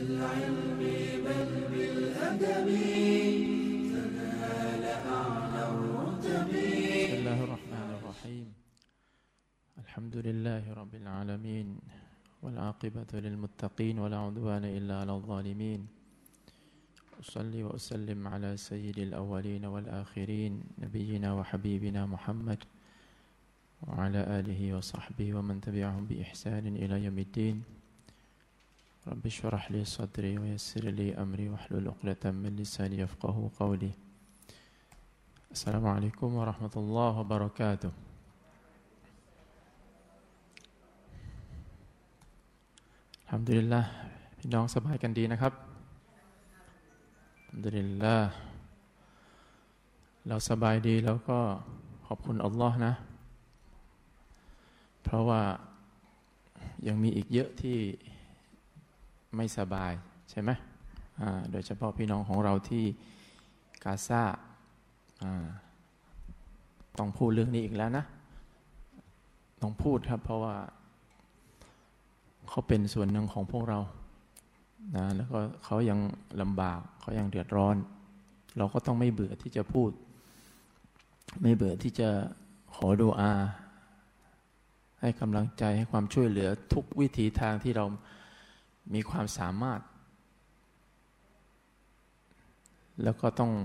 بالعلم بل بالأدب تنال أعلى الرتب. بسم الله الرحمن الرحيم. الحمد لله رب العالمين والعاقبة للمتقين ولا عدوان إلا على الظالمين. أصلي وأسلم على سيد الأولين والآخرين نبينا وحبيبنا محمد وعلى آله وصحبه ومن تبعهم بإحسان إلى يوم الدين. رب اشرح لي صدري ويسر لي أمري واحلل عقدة من لساني يفقهوا قولي. السلام عليكم ورحمة الله وبركاته.อัลฮัมดุลิลลาห์พี่น้องสบายกันดีนะครับอัลฮัมดุลิลลาห์เราสบายดีแล้วก็ขอบคุณอัลลอฮ์นะเพราะว่ายังมีอีกเยอะที่ไม่สบายใช่ไหมโดยเฉพาะพี่น้องของเราที่กาซาต้องพูดเรื่องนี้อีกแล้วนะต้องพูดครับเพราะว่าเขาเป็นส่วนหนึ่งของพวกเรานะแล้วก็เขายังลำบากเขายังเดือดร้อนเราก็ต้องไม่เบื่อที่จะพูดไม่เบื่อที่จะขอดุอาให้กำลังใจให้ความช่วยเหลือทุกวิถีทางที่เรามีความสามารถแล้วก็ต้อง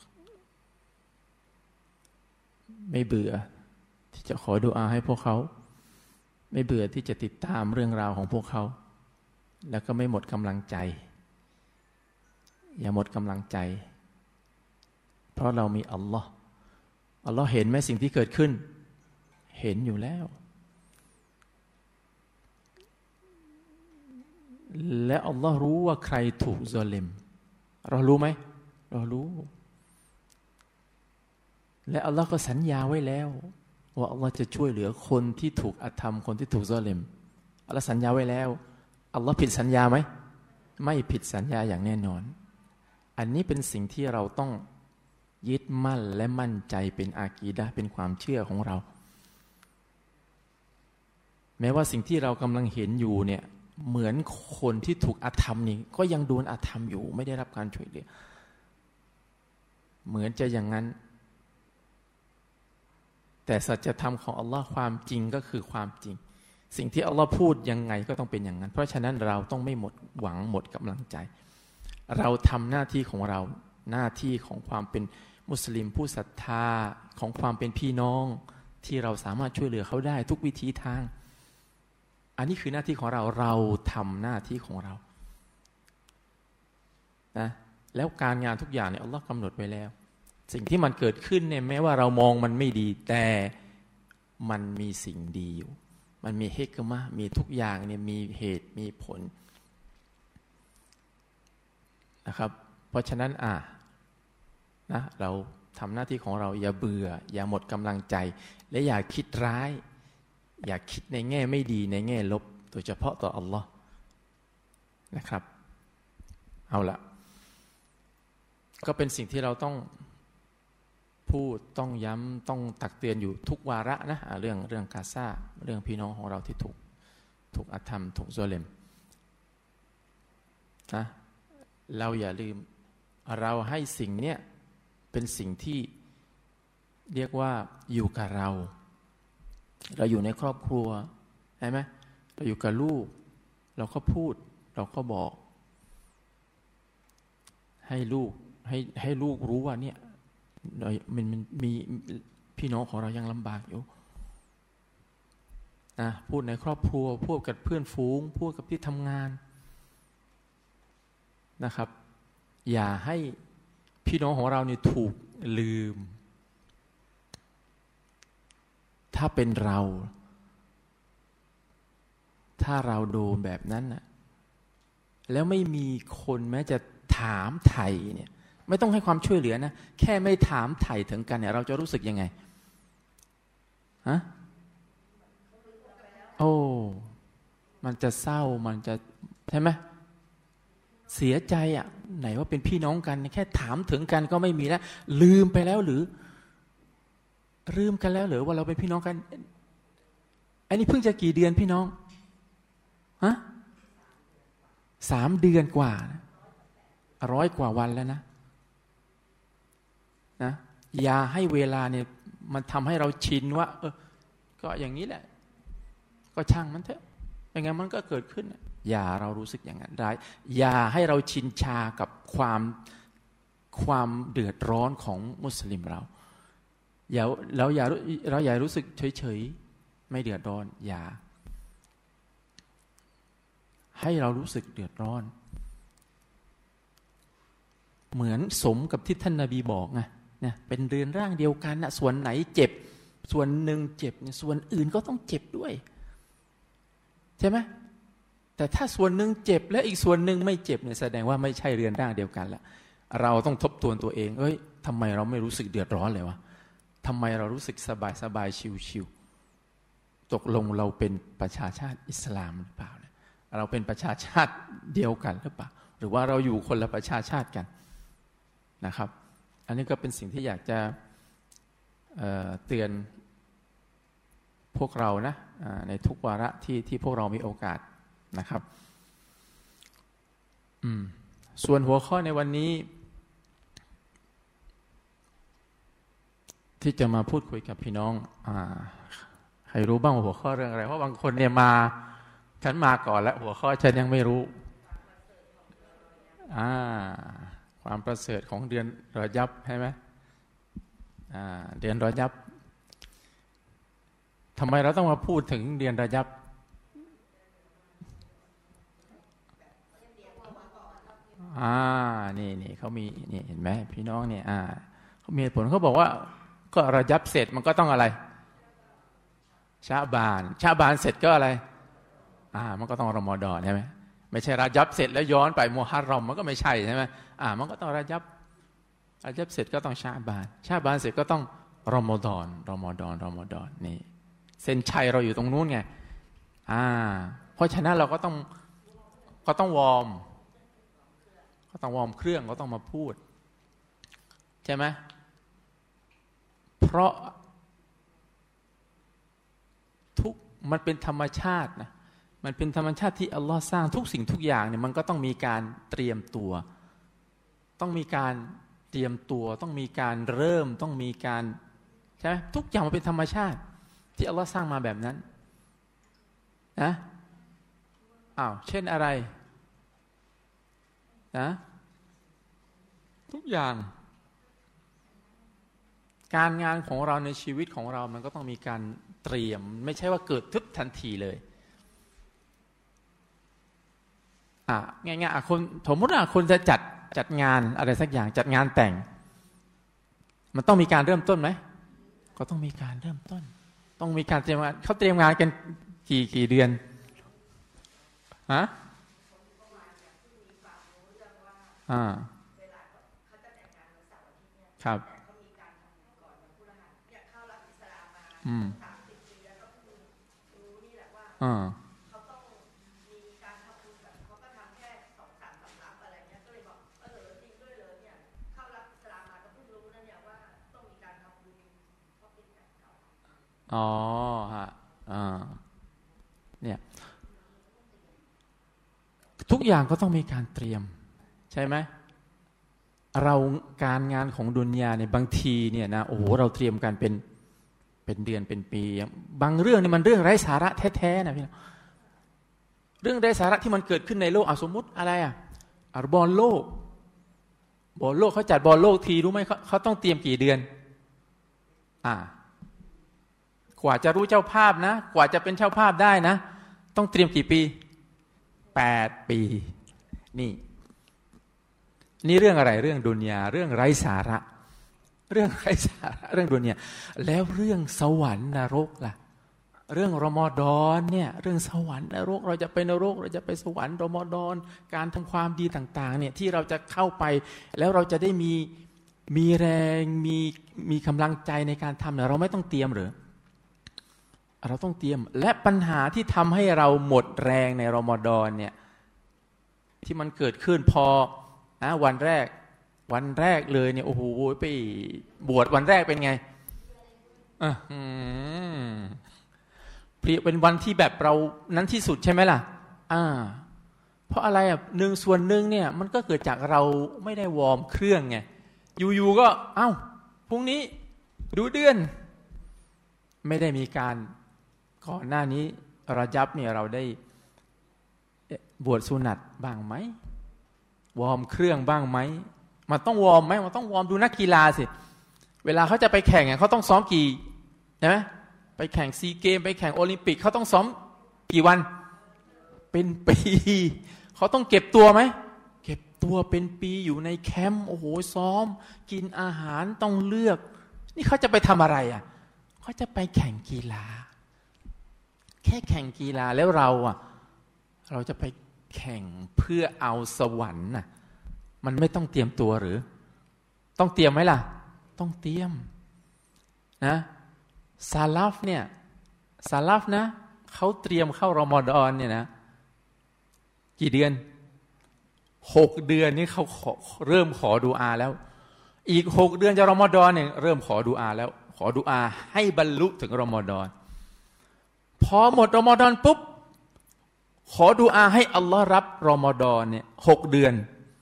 ไม่เบื่อที่จะขอดุอาให้พวกเขาไม่เบื่อที่จะติดตามเรื่องราวของพวกเขาแล้วก็ไม่หมดกำลังใจอย่าหมดกำลังใจเพราะเรามีอัลลอฮ์อัลลอฮ์เห็นไหมสิ่งที่เกิดขึ้นเห็นอยู่แล้วและอัลลอฮ์รู้ว่าใครถูกซอลิมเรารู้ไหมเรารู้และอัลลอฮ์ก็สัญญาไว้แล้วว่าอัลลอฮ์จะช่วยเหลือคนที่ถูกอธรรมคนที่ถูกซอลิมอัลลอฮ์สัญญาไว้แล้วอัลลอฮ์ผิดสัญญาไหมไม่ผิดสัญญาอย่างแน่นอนอันนี้เป็นสิ่งที่เราต้องยึดมั่นและมั่นใจเป็นอากีดะห์เป็นความเชื่อของเราแม้ว่าสิ่งที่เรากำลังเห็นอยู่เนี่ยเหมือนคนที่ถูกอธรรมนี่ก็ยังโดนอธรรมอยู่ไม่ได้รับการช่วยเหลือเหมือนจะอย่างนั้นแต่สัจธรรมของอัลลอฮ์ความจริงก็คือความจริงสิ่งที่อัลลอฮ์พูดยังไงก็ต้องเป็นอย่างนั้นเพราะฉะนั้นเราต้องไม่หมดหวังหมดกำลังใจเราทำหน้าที่ของเราหน้าที่ของความเป็นมุสลิมผู้ศรัทธาของความเป็นพี่น้องที่เราสามารถช่วยเหลือเขาได้ทุกวิถีทางอันนี้คือหน้าที่ของเราเราทำหน้าที่ของเรานะแล้วการงานทุกอย่างเนี่ยอัลลอฮ์กำหนดไว้แล้วสิ่งที่มันเกิดขึ้นเนี่ยแม้ว่าเรามองมันไม่ดีแต่มันมีสิ่งดีอยู่มันมีฮิกมะห์มีทุกอย่างเนี่ยมีเหตุมีผลนะครับเพราะฉะนั้นนะเราทำหน้าที่ของเราอย่าเบื่ออย่าหมดกำลังใจและอย่าคิดร้ายอย่าคิดในแง่ไม่ดีในแง่ลบโดยเฉพาะต่ออัลลอฮ์นะครับเอาละก็เป็นสิ่งที่เราต้องพูดต้องย้ำต้องตักเตือนอยู่ทุกวาระนะเรื่องกาซาเรื่องพี่น้องของเราที่ถูกอธรรมถูกซอลิมนะเราอย่าลืมเราให้สิ่งเนี้ยเป็นสิ่งที่เรียกว่าอยู่กับเราอยู่ในครอบครัวใช่ไหมเราอยู่กับลูกเราก็พูดเราก็บอกให้ลูกรู้ว่าเนี่ยมันมีพี่น้องของเรายังลำบากอยู่นะพูดในครอบครัวพูดกับเพื่อนฝูงพูดกับที่ทำงานนะครับอย่าให้พี่น้องของเราเนี่ยถูกลืมถ้าเป็นเราถ้าเราโดนแบบนั้นนะแล้วไม่มีคนแม้จะถามไถ่เนี่ยไม่ต้องให้ความช่วยเหลือนะแค่ไม่ถามไถ่ถึงกันเนี่ยเราจะรู้สึกยังไงฮะโอ้มันจะเศร้ามันจะใช่ไหมเสียใจอ่ะไหนว่าเป็นพี่น้องกันแค่ถามถึงกันก็ไม่มีแล้วลืมไปแล้วหรือลืมกันแล้วหรือว่าเราเป็นพี่น้องกันอันนี้เพิ่งจะกี่เดือนพี่น้องฮะ 3 เดือนกว่า100 กว่าวันแล้วนะอย่าให้เวลาเนี่ยมันทำให้เราชินว่าก็อย่างนี้แหละก็ช่างมันเถอะไม่งั้นมันก็เกิดขึ้นอย่าเรารู้สึกอย่างนั้นได้อย่าให้เราชินชากับความเดือดร้อนของมุสลิมเราอย่ารู้สึกเฉยๆไม่เดือดร้อนอย่าให้เรารู้สึกเดือดร้อนเหมือนสมกับที่ท่านนบีบอกไงเนี่ยเป็นเรือนร่างเดียวกันนะส่วนไหนเจ็บส่วนหนึ่งเจ็บเนี่ยส่วนอื่นก็ต้องเจ็บด้วยใช่ไหมแต่ถ้าส่วนหนึ่งเจ็บและอีกส่วนหนึ่งไม่เจ็บเนี่ยแสดงว่าไม่ใช่เรือนร่างเดียวกันละเราต้องทบทวนตัวเองทำไมเราไม่รู้สึกเดือดร้อนเลยวะทำไมเรารู้สึกสบายชิวๆตกลงเราเป็นประชาชาติอิสลามหรือเปล่าเนี่ยเราเป็นประชาชาติเดียวกันหรือเปล่าหรือว่าเราอยู่คนละประชาชาติกันนะครับอันนี้ก็เป็นสิ่งที่อยากจะเตือนพวกเรานะในทุกวาระที่พวกเรามีโอกาสนะครับส่วนหัวข้อในวันนี้ที่จะมาพูดคุยกับพี่น้องใครรู้บ้างหัวข้อเรื่องอะไรเพราะบางคนเนี่ยมาฉันมาก่อนแล้วหัวข้อฉันยังไม่รู้ความประเสริฐของเดือนรอญับใช่ไหมเดือนรอญับทำไมเราต้องมาพูดถึงเดือนรอญับนี่เขามีนี่เห็นไหมพี่น้องเนี่ยเขามีเหตุผลเขาบอกว่าก็รอญับเสร็จมันก็ต้องอะไรชะบานเสร็จก็อะไรมันก็ต้องรอมฎอนใช่ไหมไม่ใช่รอญับเสร็จแล้วย้อนไปมุฮัรรอมมันก็ไม่ใช่ใช่ไหมมันก็ต้องรอญับเสร็จก็ต้องชะบานเสร็จก็ต้องรอมฎอนนี่เส้นชัยเราอยู่ตรงนู้นไงเพราะฉะนั้นเราก็ต้องวอร์มเครื่องก็ต้องมาพูดใช่ไหมเพราะมันเป็นธรรมชาตินะมันเป็นธรรมชาติที่อัลลอฮ์สร้างทุกสิ่งทุกอย่างเนี่ยมันก็ต้องมีการเตรียมตัวต้องมีการเตรียมตัวต้องมีการเริ่มต้องมีการใช่ไหมทุกอย่างมันเป็นธรรมชาติที่อัลลอฮ์สร้างมาแบบนั้นนะเช่นอะไรนะทุกอย่างการงานของเราในชีวิตของเรามันก็ต้องมีการเตรียมไม่ใช่ว่าเกิดทึบทันทีเลยง่ายๆคนสมมติว่าคนจะจัดงานอะไรสักอย่างจัดงานแต่งมันต้องมีการเริ่มต้นไหมก็ต้องมีการเริ่มต้นต้องมีการเตรียมงานเขาเตรียมงานกันกี่เดือนครับเนี่ยทุกอย่างก็ต้องมีการเตรียมใช่ไหมเราการงานของดุนยาเนี่ยบางทีเนี่ยนะโอ้โหเราเตรียมกันเป็นเดือนเป็นปีบางเรื่องนี่มันเรื่องไร้สาระแท้ๆนะพี่น้องเรื่องไร้สาระที่มันเกิดขึ้นในโลกสมมุติอะไรบอลโลกเขาจัดบอลโลกทีรู้ไหมเขาต้องเตรียมกี่เดือนกว่าจะรู้เจ้าภาพนะกว่าจะเป็นเจ้าภาพได้นะต้องเตรียมกี่ปี8 ปีนี่เรื่องอะไรเรื่องดุนยาเรื่องไร้สาระเรื่องดุนยาแล้วเรื่องสวรรค์นรกล่ะเรื่องรอมฎอนเนี่ยเรื่องสวรรค์นรกเราจะไปนรกเราจะไปสวรรค์รอมฎอนการทำความดีต่างๆเนี่ยที่เราจะเข้าไปแล้วเราจะได้มีแรงมีกำลังใจในการทำเนี่ยเราไม่ต้องเตรียมหรือเราต้องเตรียมและปัญหาที่ทำให้เราหมดแรงในรอมฎอนเนี่ยที่มันเกิดขึ้นพอวันแรกเลยเนี่ยโอ้โหไปบวชวันแรกเป็นไงเป็นวันที่แบบเรานั้นที่สุดใช่ไหมล่ะเพราะอะไรอ่ะส่วนหนึ่งเนี่ยมันก็เกิดจากเราไม่ได้วอร์มเครื่องไงอยู่ๆก็พรุ่งนี้ดูเดือนไม่ได้มีการก่อนหน้านี้รอญับเนี่ยเราได้บวชสุนัตบ้างไหมวอร์มเครื่องบ้างไหมมันต้องวอร์มไหมมันต้องวอร์มดูนักกีฬาสิเวลาเขาจะไปแข่งเขาต้องซ้อมกี่ใช่ไหมไปแข่งซีเกมไปแข่งโอลิมปิกเขาต้องซ้อมกี่วันเป็นปีเขาต้องเก็บตัวไหมเก็บตัวเป็นปีอยู่ในแคมป์โอ้โหซ้อมกินอาหารต้องเลือกนี่เขาจะไปทำอะไรอ่ะเขาจะไปแข่งกีฬาแค่แข่งกีฬาแล้วเราจะไปแข่งเพื่อเอาสวรรค์น่ะมันไม่ต้องเตรียมตัวหรือต้องเตรียมไหมล่ะต้องเตรียมนะซาลัฟนะเขาเตรียมเข้ารอมฎอนเนี่ยนะกี่เดือน6 เดือนนี่เขาเริ่มขอดุอาแล้วอีก6 เดือนจะรอมฎอนเนี่ยเริ่มขอดุอาแล้วขอดุอาให้บรรลุถึงรอมฎอนพอหมดรอมฎอนปุ๊บขอดุอาให้อัลลอฮ์รับรอมฎอนเนี่ย6 เดือน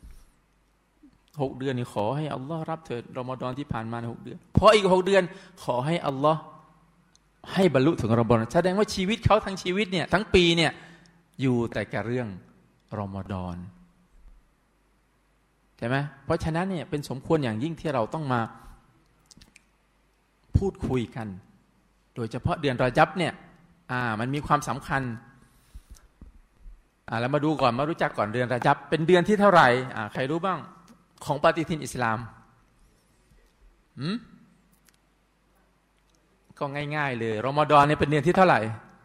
นี่ขอให้อัลลอฮ์รับเถิดรอมฎอนที่ผ่านมา6 เดือนพออีก6 เดือนขอให้อัลลอฮ์ให้บรรลุถึงรอมฎอนแสดงว่าชีวิตเขาทั้งชีวิตเนี่ยทั้งปีเนี่ยอยู่แต่กับเรื่องรอมฎอนใช่ไหมเพราะฉะนั้นเนี่ยเป็นสมควรอย่างยิ่งที่เราต้องมาพูดคุยกันโดยเฉพาะเดือนรอญับเนี่ยมันมีความสำคัญแล้วมาดูก่อนมารู้จักก่อนเดือนรอญับเป็นเดือนที่เท่าไหร่ใครรู้บ้างของปฏิทินอิสลามก็ง่ายๆเลยรอมฎอนเนี่ยเป็นเดือนที่เท่าไหร่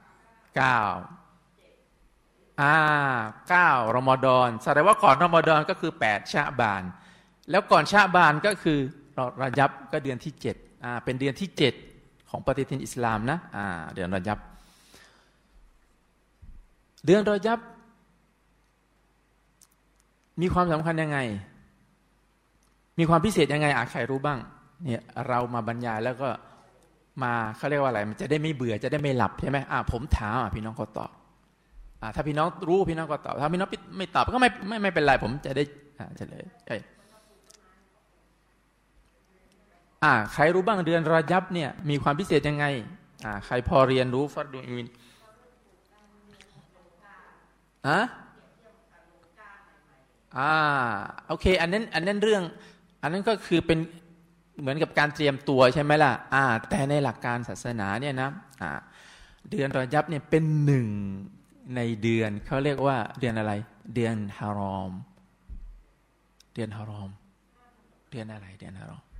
9รอมฎอนแสดงว่าก่อนรอมฎอนก็คือ8ชะบานแล้วก่อนชะบานก็คือรอญับก็เดือนที่7เป็นเดือนที่7ของปฏิทินอิสลามนะเดือนรอญับเดือนรอญับมีความสำคัญยังไงมีความพิเศษยังไงใครรู้บ้างเนี่ยเรามาบรรยายแล้วก็มาเขาเรียกว่าอะไรมันจะได้ไม่เบื่อจะได้ไม่หลับใช่ไหมผมถามพี่น้องก็ตอบถ้าพี่น้องรู้พี่น้องก็ตอบถ้าพี่น้องไม่ตอบก็ไม่เป็นไรผมจะได้เฉลยใครรู้บ้างเดือนรอญับเนี่ยมีความพิเศษยังไงใครพอเรียนรู้ฟัดดูอินโอเคอันนั้นเรื่องอันนั้นก็คือเป็นเหมือนกับการเตรียมตัวใช่ไหมล่ะแต่ในหลักการศาสนาเนี่ยนะเดือนรอญับเนี่ยเป็น1ในเดือนเขาเรียกว่าเดือนอะไรเดือนฮารอมเดือนฮารอมเดือนอะไรเดือนฮารอม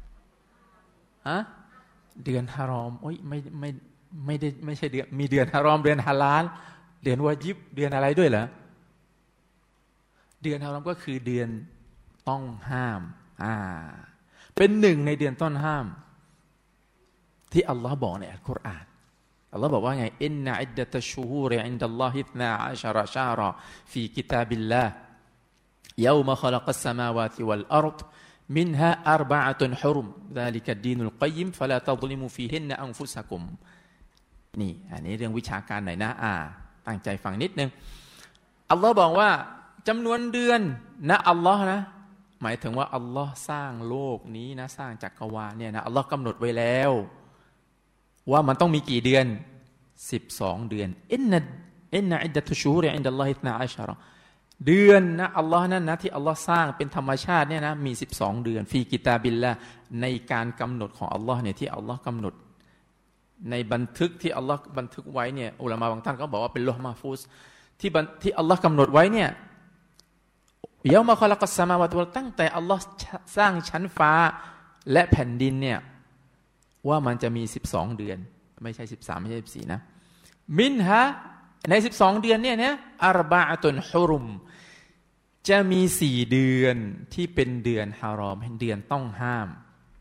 เดือนฮารอมโอ้ยไม่ได้ไม่ใช่เดือนมีเดือนฮารอมเดือนฮาลาลเดือนวาญิบเดือนอะไรด้วยเหรอเดือนฮารอมก็คือเดือนต้องห้ามเป็น1ในเดือนต้องห้ามที่อัลลอฮ์บอกในอัลกุรอานอัลลอฮ์บอกว่าไงอินนะอิดดะตัชชูฮูรอินดัลลอฮิ12 ชะฮรฟีกิตาบิลลาห์ยอมะคอลักัสสมาวาติวัลอัรฎมินฮา4 ฮุรุมซาลิกัดดีนุลกัยยิมฟะลาตัซลิมูฟีฮินนะอันฟุซะกุมนี่อันนี้เรื่องวิชาการหน่อยนะตั้งใจฟังนิดนึงอัลลอฮ์บอกว่าจำนวนเดือนนะอัลลอฮ์นะหมายถึงว่าอัลลอฮ์สร้างโลกนี้นะสร้างจักรวาลเนี่ยนะอัลลอฮ์กำหนดไว้แล้วว่ามันต้องมีกี่เดือน12 เดือนอินนะอิดดะตุชูฮูรอินดัลลอฮิ12 เดือนนะอัลลอฮ์นั่นนะที่อัลลอฮ์สร้างเป็นธรรมชาติเนี่ยนะมี12 เดือนฟีกิตาบิลละในการกำหนดของอัลลอฮ์เนี่ยที่อัลลอฮ์กำหนดในบันทึกที่อัลลอฮ์บันทึกไว้เนี่ยอุลามะบางท่านก็บอกว่าเป็นโลหะมาฟูซที่อัลลอฮ์กำหนดไว้เนี่ยยอมะคอลักัสสมาวาติวัลตั้งแต่อัลลอฮ์สร้างชั้นฟ้าและแผ่นดินเนี่ยว่ามันจะมี12 เดือนไม่ใช่13ไม่ใช่14นะมินฮะใน12 เดือนเนี่ย4 ฮุรุมจะมี4 เดือนที่เป็นเดือนฮารอมเดือนต้องห้าม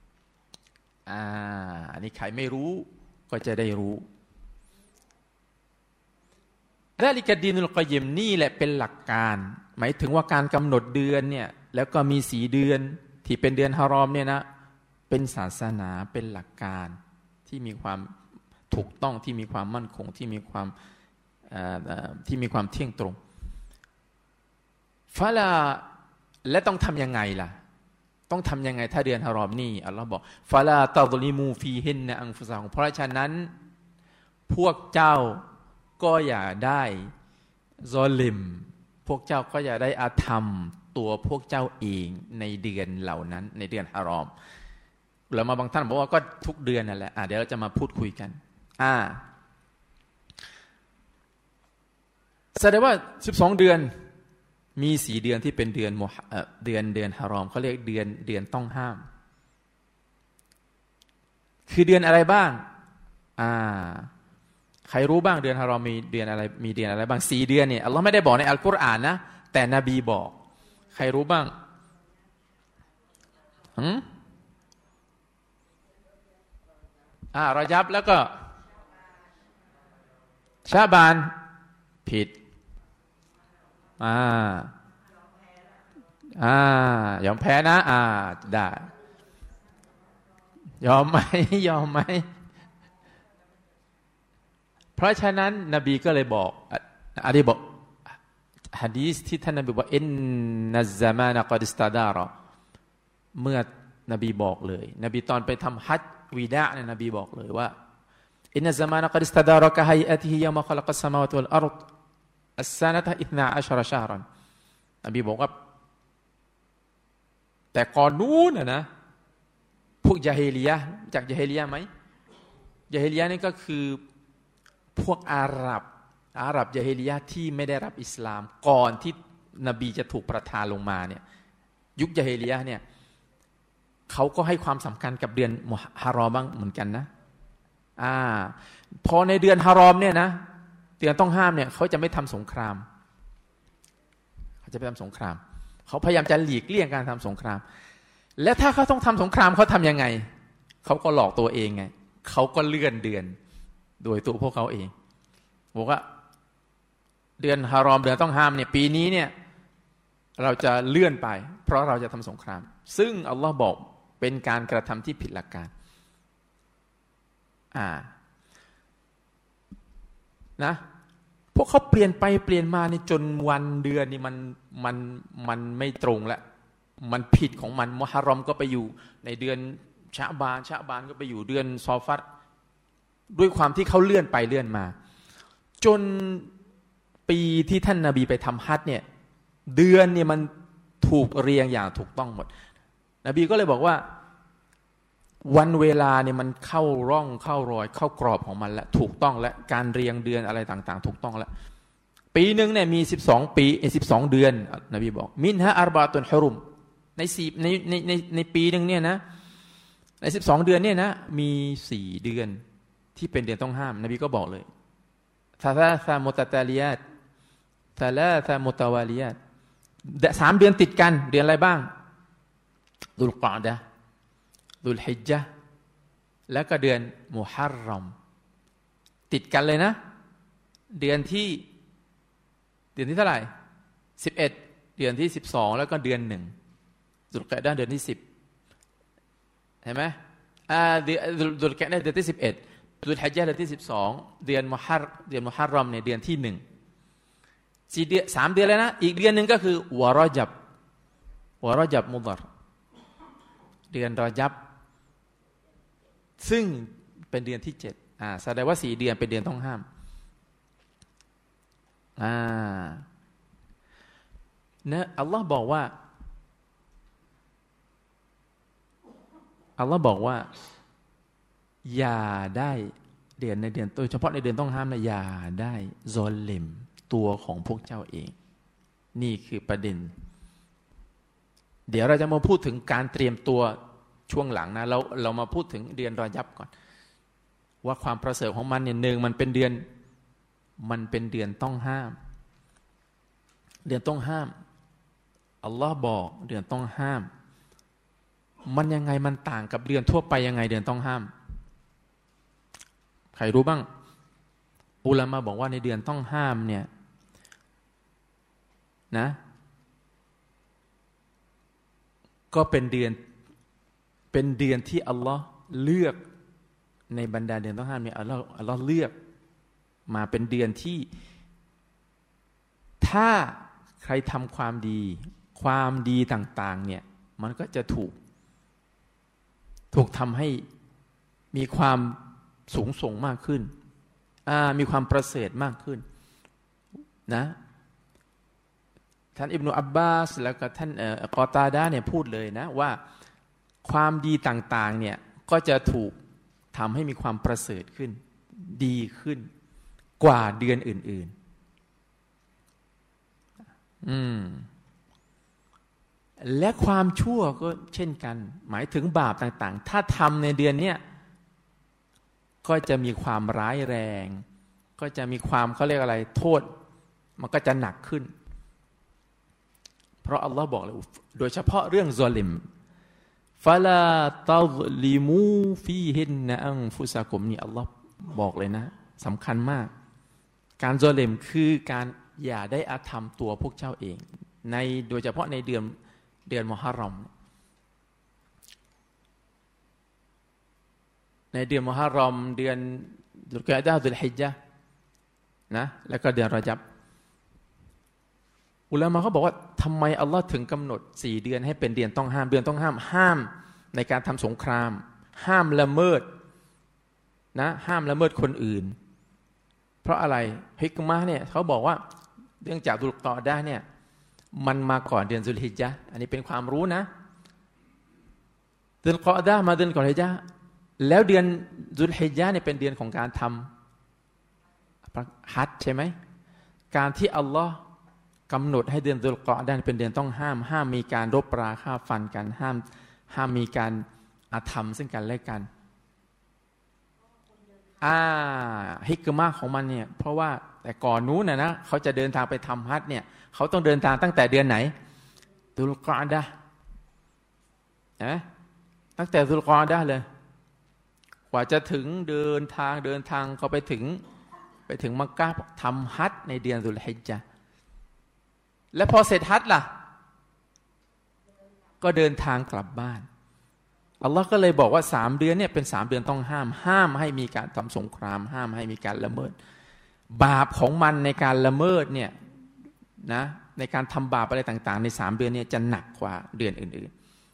อันนี้ใครไม่รู้ก็จะได้รู้ซาลิกัดดีนุลกัยยิมนี่แหละเป็นหลักการหมายถึงว่าการกำหนดเดือนเนี่ยแล้วก็มี4 เดือนที่เป็นเดือนฮารอมเนี่ยนะเป็นศาสนาเป็นหลักการที่มีความถูกต้องที่มีความมั่นคงที่มีความเที่ยงตรงฟะลาและต้องทำยังไงล่ะต้องทำยังไงถ้าเดือนฮารอมนี่อัลลอฮ์บอกฟะลาตัซลิมูฟีฮินนะอันฟุซาฮุมเพราะฉะนั้นพวกเจ้าก็อย่าได้ซอลิมพวกเจ้าก็อย่าได้อาธรรมตัวพวกเจ้าเองในเดือนเหล่านั้นในเดือนฮารอมแล้วมาบางท่านบอกว่าก็ทุกเดือนนั่นแหละเดี๋ยวเราจะมาพูดคุยกันแสดงว่า12เดือนมี4เดือนที่เป็นเดือนฮารอมเขาเรียกเดือนต้องห้ามคือเดือนอะไรบ้างใครรู้บ้างเดือนฮารอมมีเดือนอะไรบ้าง4เดือนเนี่ยอัลเลาะห์ไม่ได้บอกในอัลกุรอานนะแต่นบีบอกใครรู้บ้างรอญับแล้วก็ชาบานผิดยอมแพ้นะได้ยอมไหมเพราะฉะนั้นนบีก็เลยบอกบอกหะดีษที่ท่านนบีบอกอินนัซซะมานะกอดิสตาดารอเมื่อนบีบอกเลยนบีตอนไปทำฮัจญ์วิดาเนี่ยนบีบอกเลยว่าอินนัซซะมานะกอดิสตาดารอกะฮัยอะติฮิยะมะคอลักัสสะมาวาติวัลอัรฎอัสซะนะตะ12ชะฮรันนบีบอกว่าแต่ก่อนนู้นนะพวกญะฮีลิยะห์จากญะฮีลิยะห์ไหมญะฮีลิยะห์นี่ก็คือพวกอาหรับญะฮีลิยะห์ที่ไม่ได้รับอิสลามก่อนที่นบีจะถูกประทานลงมาเนี่ยยุคญะฮีลิยะห์เนี่ยเขาก็ให้ความสำคัญกับเดือนฮารอมบ้างเหมือนกันนะพอในเดือนฮารอมเนี่ยนะเดือนต้องห้ามเนี่ยเขาจะไม่ทำสงครามเขาพยายามจะหลีกเลี่ยงการทำสงครามและถ้าเขาต้องทำสงครามเขาทำยังไงเขาก็หลอกตัวเองไงเขาก็เลื่อนเดือนโดยตัวพวกเขาเองบอกว่าเดือนฮารอมเดือนต้องห้ามเนี่ยปีนี้เนี่ยเราจะเลื่อนไปเพราะเราจะทำสงครามซึ่งอัลลอฮ์บอกเป็นการกระทำที่ผิดหลักการนะพวกเขาเปลี่ยนไปเปลี่ยนมานี่จนวันเดือนนี่มันไม่ตรงแล้วมันผิดของมันมุฮัรรอมก็ไปอยู่ในเดือนชะบานก็ไปอยู่เดือนซอฟัรด้วยความที่เขาเลื่อนไปเลื่อนมาจนปีที่ท่านนบีไปทำฮัจญ์เนี่ยเดือนเนี่ยมันถูกเรียงอย่างถูกต้องหมดนบีก็เลยบอกว่าวันเวลาเนี่ยมันเข้าร่องเข้ารอยเข้ากรอบของมันแล้วถูกต้องและการเรียงเดือนอะไรต่างๆถูกต้องแล้วปีนึงเนี่ยมี12ปี12เดือนนบีบอกมินฮะอัรบะตุนฮุรุมในปีนึงเนี่ยนะใน12เดือนเนี่ยนะมี4เดือนที่เป็นเดือนต้องห้ามนบีก็บอกเลยซาซามุตตาลิยาตซาลาซามุตาวาลิยาต3เดือนติดกันเดือนอะไรบ้างดุลกออดะห์ดุลฮิจญะห์แล้วก็เดือนมุฮัรรอมติดกันเลยนะเดือนที่เท่าไหร่11เดือนที่12แล้วก็เดือน1ดุลกออดะห์เดือนที่10เห็นไหมดุลกออดะห์เดือนที่11ดุลฮิจญะห์เดือนที่12เดือนมุฮัรรอมเนี่ยเดือนที่1 3 เดือนแล้วนะอีกเดือนนึงก็คือวะรอญับมุฎอรเดือนรอญับซึ่งเป็นเดือนที่7แสดงว่า4เดือนเป็นเดือนต้องห้ามนะอัลลอฮ์บอกว่าอย่าได้ในเดือนโดยเฉพาะในเดือนต้องห้ามนะอย่าได้ซอลิมตัวของพวกเจ้าเองนี่คือประเด็นเดี๋ยวเราจะมาพูดถึงการเตรียมตัวช่วงหลังนะเรามาพูดถึงเดือนรอญับก่อนว่าความประเสริฐของมันเนี่ยหนึ่งมันเป็นเดือนต้องห้ามอัลลอฮ์บอกเดือนต้องห้ามมันยังไงมันต่างกับเดือนทั่วไปยังไงเดือนต้องห้ามใครรู้บ้างอุลามะบอกว่าในเดือนต้องห้ามเนี่ยนะก็เป็นเดือนที่อัลลอฮ์เลือกในบรรดาเดือนต้องห้ามเนี่ยอัลลอฮ์เลือกมาเป็นเดือนที่ถ้าใครทำความดีความดีต่างๆเนี่ยมันก็จะถูกทำให้มีความสูงส่งมากขึ้นมีความประเสริฐมากขึ้นนะท่านอิบนุอับบาสแล้วก็ท่านกอตาดะเนี่ยพูดเลยนะว่าความดีต่างๆเนี่ยก็จะถูกทำให้มีความประเสริฐขึ้นดีขึ้นกว่าเดือนอื่นๆและความชั่วก็เช่นกันหมายถึงบาปต่างๆถ้าทำในเดือนเนี้ยก็จะมีความร้ายแรงก็จะมีความเขาเรียกอะไรโทษมันก็จะหนักขึ้นเพราะอัลลอฮ์บอกเลยโดยเฉพาะเรื่องซอลิมฟะลาตัซลิมูฟีฮินนะอันฟุซะกุมนี่อัลลอฮ์บอกเลยนะสำคัญมากการซอลิมคือการอย่าได้อาธรรมตัวพวกเจ้าเองในโดยเฉพาะในเดือนมุฮัรรอมในเดือนมุฮัรรอมเดือนดุลกะอ์ดะห์ดุลฮิจญะห์นะแล้วก็เดือนรอญับอุลามะเขาบอกว่าทำไมอัลลอฮ์ถึงกำหนด4 เดือนให้เป็นเดือนต้องห้ามเดือนต้องห้ามในการทำสงครามห้ามละเมิดนะห้ามละเมิดคนอื่นเพราะอะไรฮิกมะห์เนี่ยเขาบอกว่าเรื่องจากดุลกะอ์ดะห์เนี่ยมันมาก่อนเดือนซุลฮิจญะห์อันนี้เป็นความรู้นะเดือนกะอ์ดะห์มาเดือนก่อนฮิจญะห์แล้วเดือนซุลฮิจญะห์เนี่ยเป็นเดือนของการทำฮัจญ์ใช่ไหมการที่อัลลอฮ์กำหนดให้เดือนดุลกะอ์ดะห์เป็นเดือนต้องห้ามมีการรบราฆ่าฟันกันห้ามมีการอาธรรมซึ่งกันและกันฮิกมะห์ของมันเนี่ยเพราะว่าแต่ก่อนนู้นนะเขาจะเดินทางไปทำฮัจญ์เนี่ยเขาต้องเดินทางตั้งแต่เดือนไหนดุลกะอ์ดะห์ตั้งแต่ดุลกะอ์ดะห์เลยกว่าจะถึงเดินทางก็ไปถึงมักกะฮ์ทำฮัจญ์ในเดือนซุลฮิจญะห์และพอเสร็จฮัจญ์ล่ะก็เดินทางกลับบ้านอัลลอฮ์ก็เลยบอกว่า3 เดือนเนี่ยเป็น3 เดือนต้องห้ามให้มีการทำสงครามห้ามให้มีการละเมิดบาปของมันในการละเมิดเนี่ยนะในการทำบาปอะไรต่างๆใน3 เดือนเนี่ยจะหนักกว่าเดือนอื่น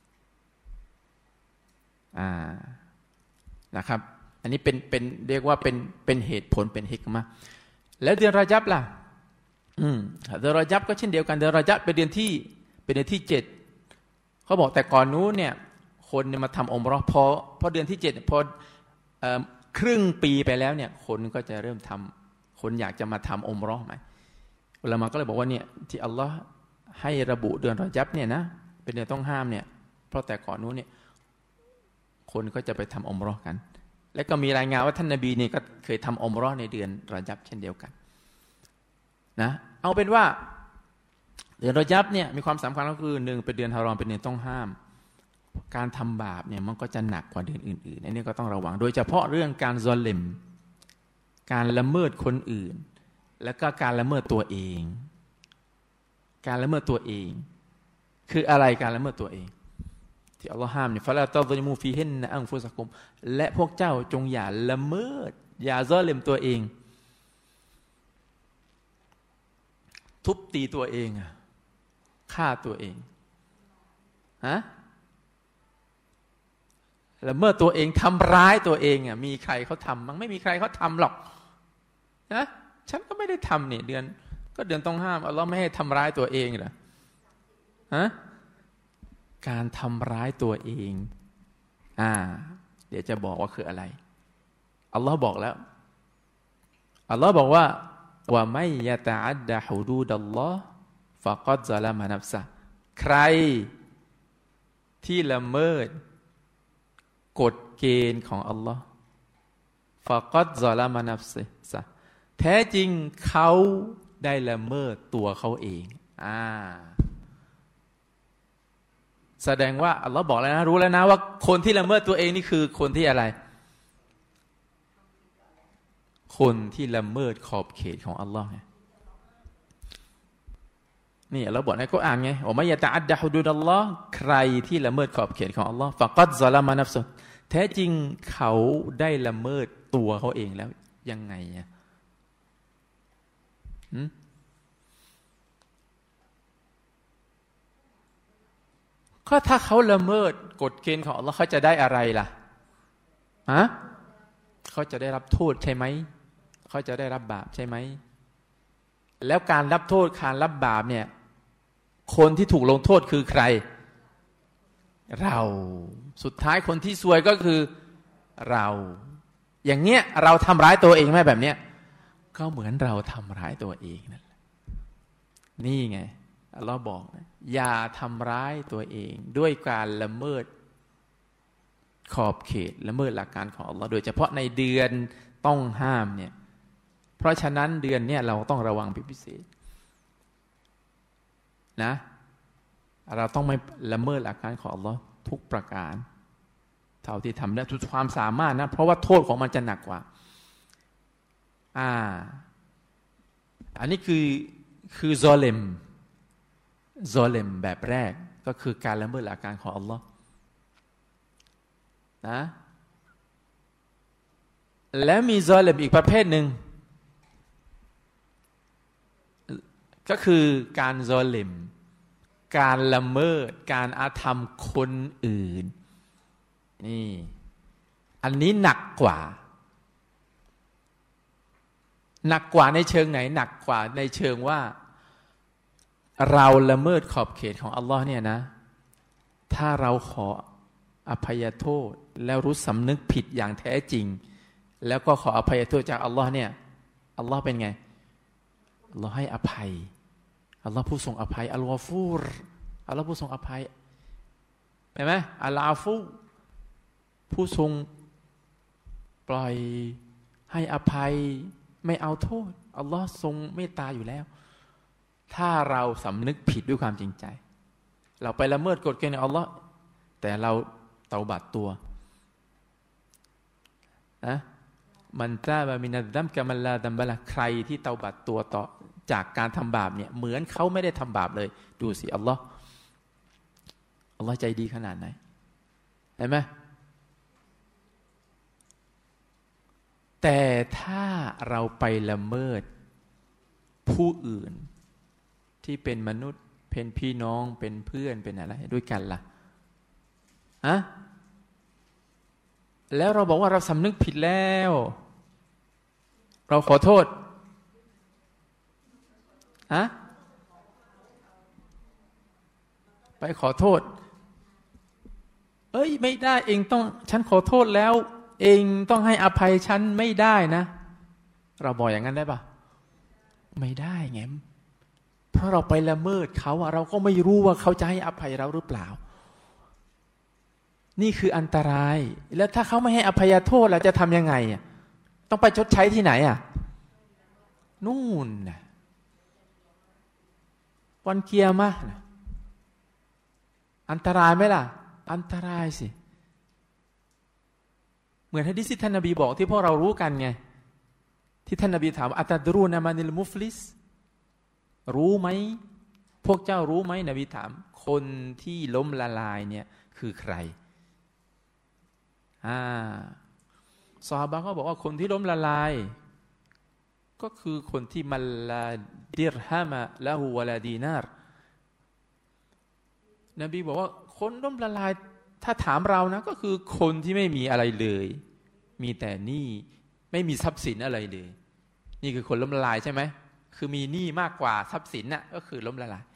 ๆนะครับอันนี้เป็นเรียกว่าเป็นเหตุผลเป็นฮิกมะห์แล้วเดือนรอญับล่ะเดือนรอญับก็เช่นเดียวกันเดือนรอญับเป็นเดือนที่7เขาบอกแต่ก่อนนู้นเนี่ยคนเนี่ยมาทำอุมเราะห์พอเดือนที่7พอครึ่งปีไปแล้วเนี่ยคนก็จะเริ่มทำคนอยากจะมาทำอุมเราะห์ใหม่อุลามะก็เลยบอกว่าเนี่ยที่อัลลอฮ์ให้ระบุเดือนรอญับเนี่ยนะเป็นเดือนต้องห้ามเนี่ยเพราะแต่ก่อนนู้นเนี่ยคนก็จะไปทำอุมเราะห์กันและก็มีรายงานว่าท่านนบีนี่ก็เคยทำอุมเราะห์ในเดือนรอญับเช่นเดียวกันนะเอาเป็นว่าเดือนรอญับเนี่ยมีความสำคัญก็คือ1เป็นเดือนฮารอมเป็นเดือนต้องห้ามการทำบาปเนี่ยมันก็จะหนักกว่าเดือนอื่นๆอันนี้ก็ต้องระวังโดยเฉพาะเรื่องการซอลิมการละเมิดคนอื่นแล้วก็การละเมิดตัวเองการละเมิดตัวเองคืออะไรการละเมิดตัวเองที่อัลลอฮ์ห้ามเนี่ยฟะลาตัซลิมูฟีฮินนะอันฟุซะกุมและพวกเจ้าจงอย่าละเมิดอย่าซอลิมตัวเองทุบตีตัวเองฆ่าตัวเองละเมิดตัวเองทำร้ายตัวเองมีใครเขาทำมั้งไม่มีใครเขาทำหรอกนะฉันก็ไม่ได้ทำเนี่ยเดือนต้องห้ามอัลลอฮ์ไม่ให้ทำร้ายตัวเองเหรอการทำร้ายตัวเองเดี๋ยวจะบอกว่าคืออะไรอัลลอฮ์บอกแล้วอัลลอฮ์บอกว่าว่าไม่ยะตะอัดดะฮุดูดัลลอฮ์ฟะกัดซะละมะนัฟซะใครที่ละเมิดกฎเกณฑ์ของอัลลอฮ์ฟะกัดซะละมะนัฟซะแท้จริงเขาได้ละเมิดตัวเขาเองแสดงว่าอัลลอฮ์บอกแล้วนะรู้แล้วนะว่าคนที่ละเมิดตัวเองนี่คือคนที่อะไรคนที่ละเมิดขอบเขตของอัลลอฮ์ไงนี่เราบอกในกุรอานไงว่าไม่ยะตะอัดดะฮุดูดัลลอฮ์ใครที่ละเมิดขอบเขตของอัลลอฮ์ฟะกัดซะละมะนัฟซะแท้จริงเขาได้ละเมิดตัวเขาเองแล้วยังไงก็ถ้าเขาละเมิดกฎเกณฑ์ของอัลเลาะห์เขาจะได้อะไรล่ะฮะเขาจะได้รับโทษใช่ไหมเขาจะได้รับบาปใช่ไหมแล้วการรับโทษการรับบาปเนี่ยคนที่ถูกลงโทษคือใครเราสุดท้ายคนที่ซวยก็คือเราอย่างเงี้ยเราทำร้ายตัวเองไหมแบบเนี้ยก็เหมือนเราทำร้ายตัวเองนั่นแหละนี่ไงอัลเลาะห์บอกอย่าทำร้ายตัวเองด้วยการละเมิดขอบเขตละเมิดหลักการของอัลเลาะห์โดยเฉพาะในเดือนต้องห้ามเนี่ยเพราะฉะนั้นเดือนเนี่ยเราต้องระวังเป็นพิเศษนะเราต้องไม่ละเมิดหลักการของอัลเลาะห์ทุกประการเท่าที่ทำได้ทุกความสามารถนะเพราะว่าโทษของมันจะหนักกว่าอันนี้คือซอเลมแบบแรกก็คือการละเมิดหลักการของอัลเลาะห์นะแล้วมีซอเลมอีกประเภทหนึ่งก็คือการซอเลมการละเมิดการอาธรรมคนอื่นนี่อันนี้หนักกว่าในเชิงไหนหนักกว่าในเชิงว่าเราละเมิดขอบเขตของอัลลอฮ์เนี่ยนะถ้าเราขออภัยโทษแล้วรู้สำนึกผิดอย่างแท้จริงแล้วก็ขออภัยโทษจากอัลลอฮ์เนี่ยอัลลอฮ์เป็นไงอัลลอฮ์ให้อภัยอัลลอฮ์ผู้ทรงอภัยอัลกอฟูรอัลลอฮ์ผู้ทรงอภัยเห็นไหมอัลอาฟูผู้ทรงปล่อยให้อภัยไม่เอาโทษอัลลอฮ์ทรงเมตตาอยู่แล้วถ้าเราสำนึกผิดด้วยความจริงใจเราไปละเมิดกฎเกณฑ์ของอัลลอฮ์แต่เราเตาบัดตัวนะมันตาบะมินัดดัมกะมัลลาดัมบะละใครที่เตาบัดตัวต่อจากการทำบาปเนี่ยเหมือนเขาไม่ได้ทำบาปเลยดูสิอัลลอฮ์ใจดีขนาดไหนเห็นไหมแต่ถ้าเราไปละเมิดผู้อื่นที่เป็นมนุษย์เป็นพี่น้องเป็นเพื่อนเป็นอะไรด้วยกันล่ะแล้วเราบอกว่าเราสำนึกผิดแล้วเราขอโทษไปขอโทษไม่ได้เองต้องฉันขอโทษแล้วเองต้องให้อภัยฉันไม่ได้นะเราบอกอย่างนั้นได้ปะไม่ได้ไงเพราะเราไปละเมิดเขาเราก็ไม่รู้ว่าเขาจะให้อภัยเราหรือเปล่านี่คืออันตรายแล้วถ้าเขาไม่ให้อภัยโทษเราจะทำยังไงต้องไปชดใช้ที่ไหนนู่นวันเกียร์มาอันตรายไหมล่ะอันตรายสิเหมือนหะดีษที่ท่านนบีบอกที่พวกเรารู้กันไงที่ท่านนบีถามอัตดรูนามานิลมุฟลิสรู้ไหมพวกเจ้ารู้ไหมนบีถามคนที่ล้มละลายเนี่ยคือใครซอฮาบะห์ก็บอกว่าคนที่ล้มละลายก็คือคนที่มัลลาดิรฮามะละฮูวะลาดีนาร์นบีบอกว่าคนล้มละลายถ้าถามเรานะก็คือคนที่ไม่มีอะไรเลยมีแต่หนี้ไม่มีทรัพย์สินอะไรเลยนี่คือคนล้มละลายใช่ไหมคือมีหนี้มากกว่าทรัพย์สินน่ะก็คือล้มละลาย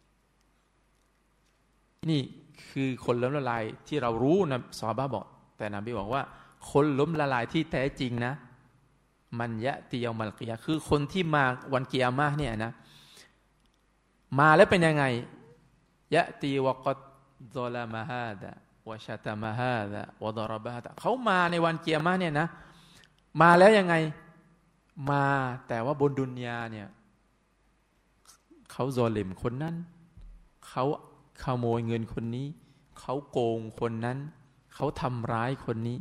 นี่คือคนล้มละลายที่เรารู้นะซอฮาบะห์บอกแต่นบีบอกว่าคนล้มละลายที่แท้จริงนะมันยะติยอมัลกิยะห์คือคนที่มาวันกิยามะห์เนี่ยนะมาแล้วเป็นยังไงยะติวะกัดซอลามะฮาดะวะชะตะมะฮาดะวะดะรบะฮาดะเขามาในวันกิยามะห์เนี่ยนะมาแล้วยังไงมาแต่ว่าบนดุนยาเนี่ยเขาซอลิมคนนั้นเขาขโมยเงินคนนี้เขาโกงคนนั้นเขาทำร้ายคนนี้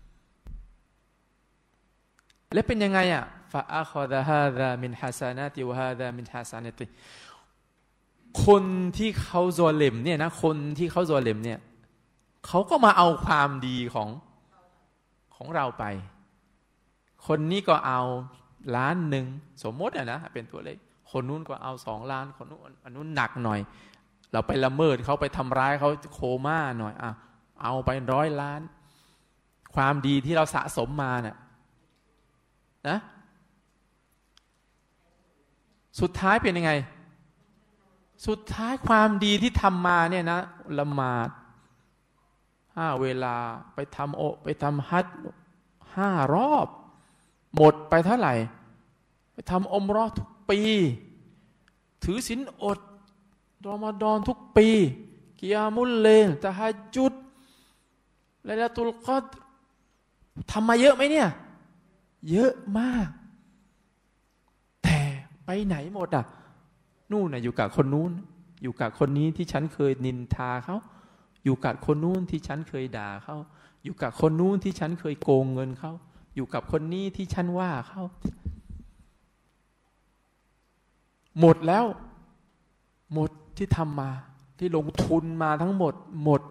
แล้วเป็นยังไงฟะอะคอซะฮาซามินฮะซานาติวะฮาซามินฮะซานะติคนที่เขาซอลิมเนี่ยนะคนที่เขาซอลิมเนี่ยเขาก็มาเอาความดีของเราไปคนนี้ก็เอา1,000,000สมมตินะเป็นตัวเลขคนนู้นก็เอา2,000,000คนนู้นอันนู้นหนักหน่อยเราไปละเมิดเขาไปทำร้ายเขาโคม่าหน่อยเอาไป100 ล้านความดีที่เราสะสมมาเนี่ยนะสุดท้ายเป็นยังไงสุดท้ายความดีที่ทำมาเนี่ยนะละหมาด5 เวลาไปทำฮัจญ์5 รอบหมดไปเท่าไหร่ไปทำอุมเราะห์ทุกปีถือศีลอดรอมฎอนทุกปีกิยามุลเลลตะฮัจญุดไลลาตุลกอดรทำมาเยอะไหมเนี่ยเยอะมากแต่ไปไหนหมดนู่นอยู่กับคนนู้นอยู่กับคนนี้ที่ฉันเคยนินทาเขาอยู่กับคนนู้นที่ฉันเคยด่าเขาอยู่กับคนนู้นที่ฉันเคยโกงเงินเขาอยู่กับคนนี้ที่ฉันว่าเขาหมดแล้วหมดที่ทำมาที่ลงทุนมาทั้งหมดหมด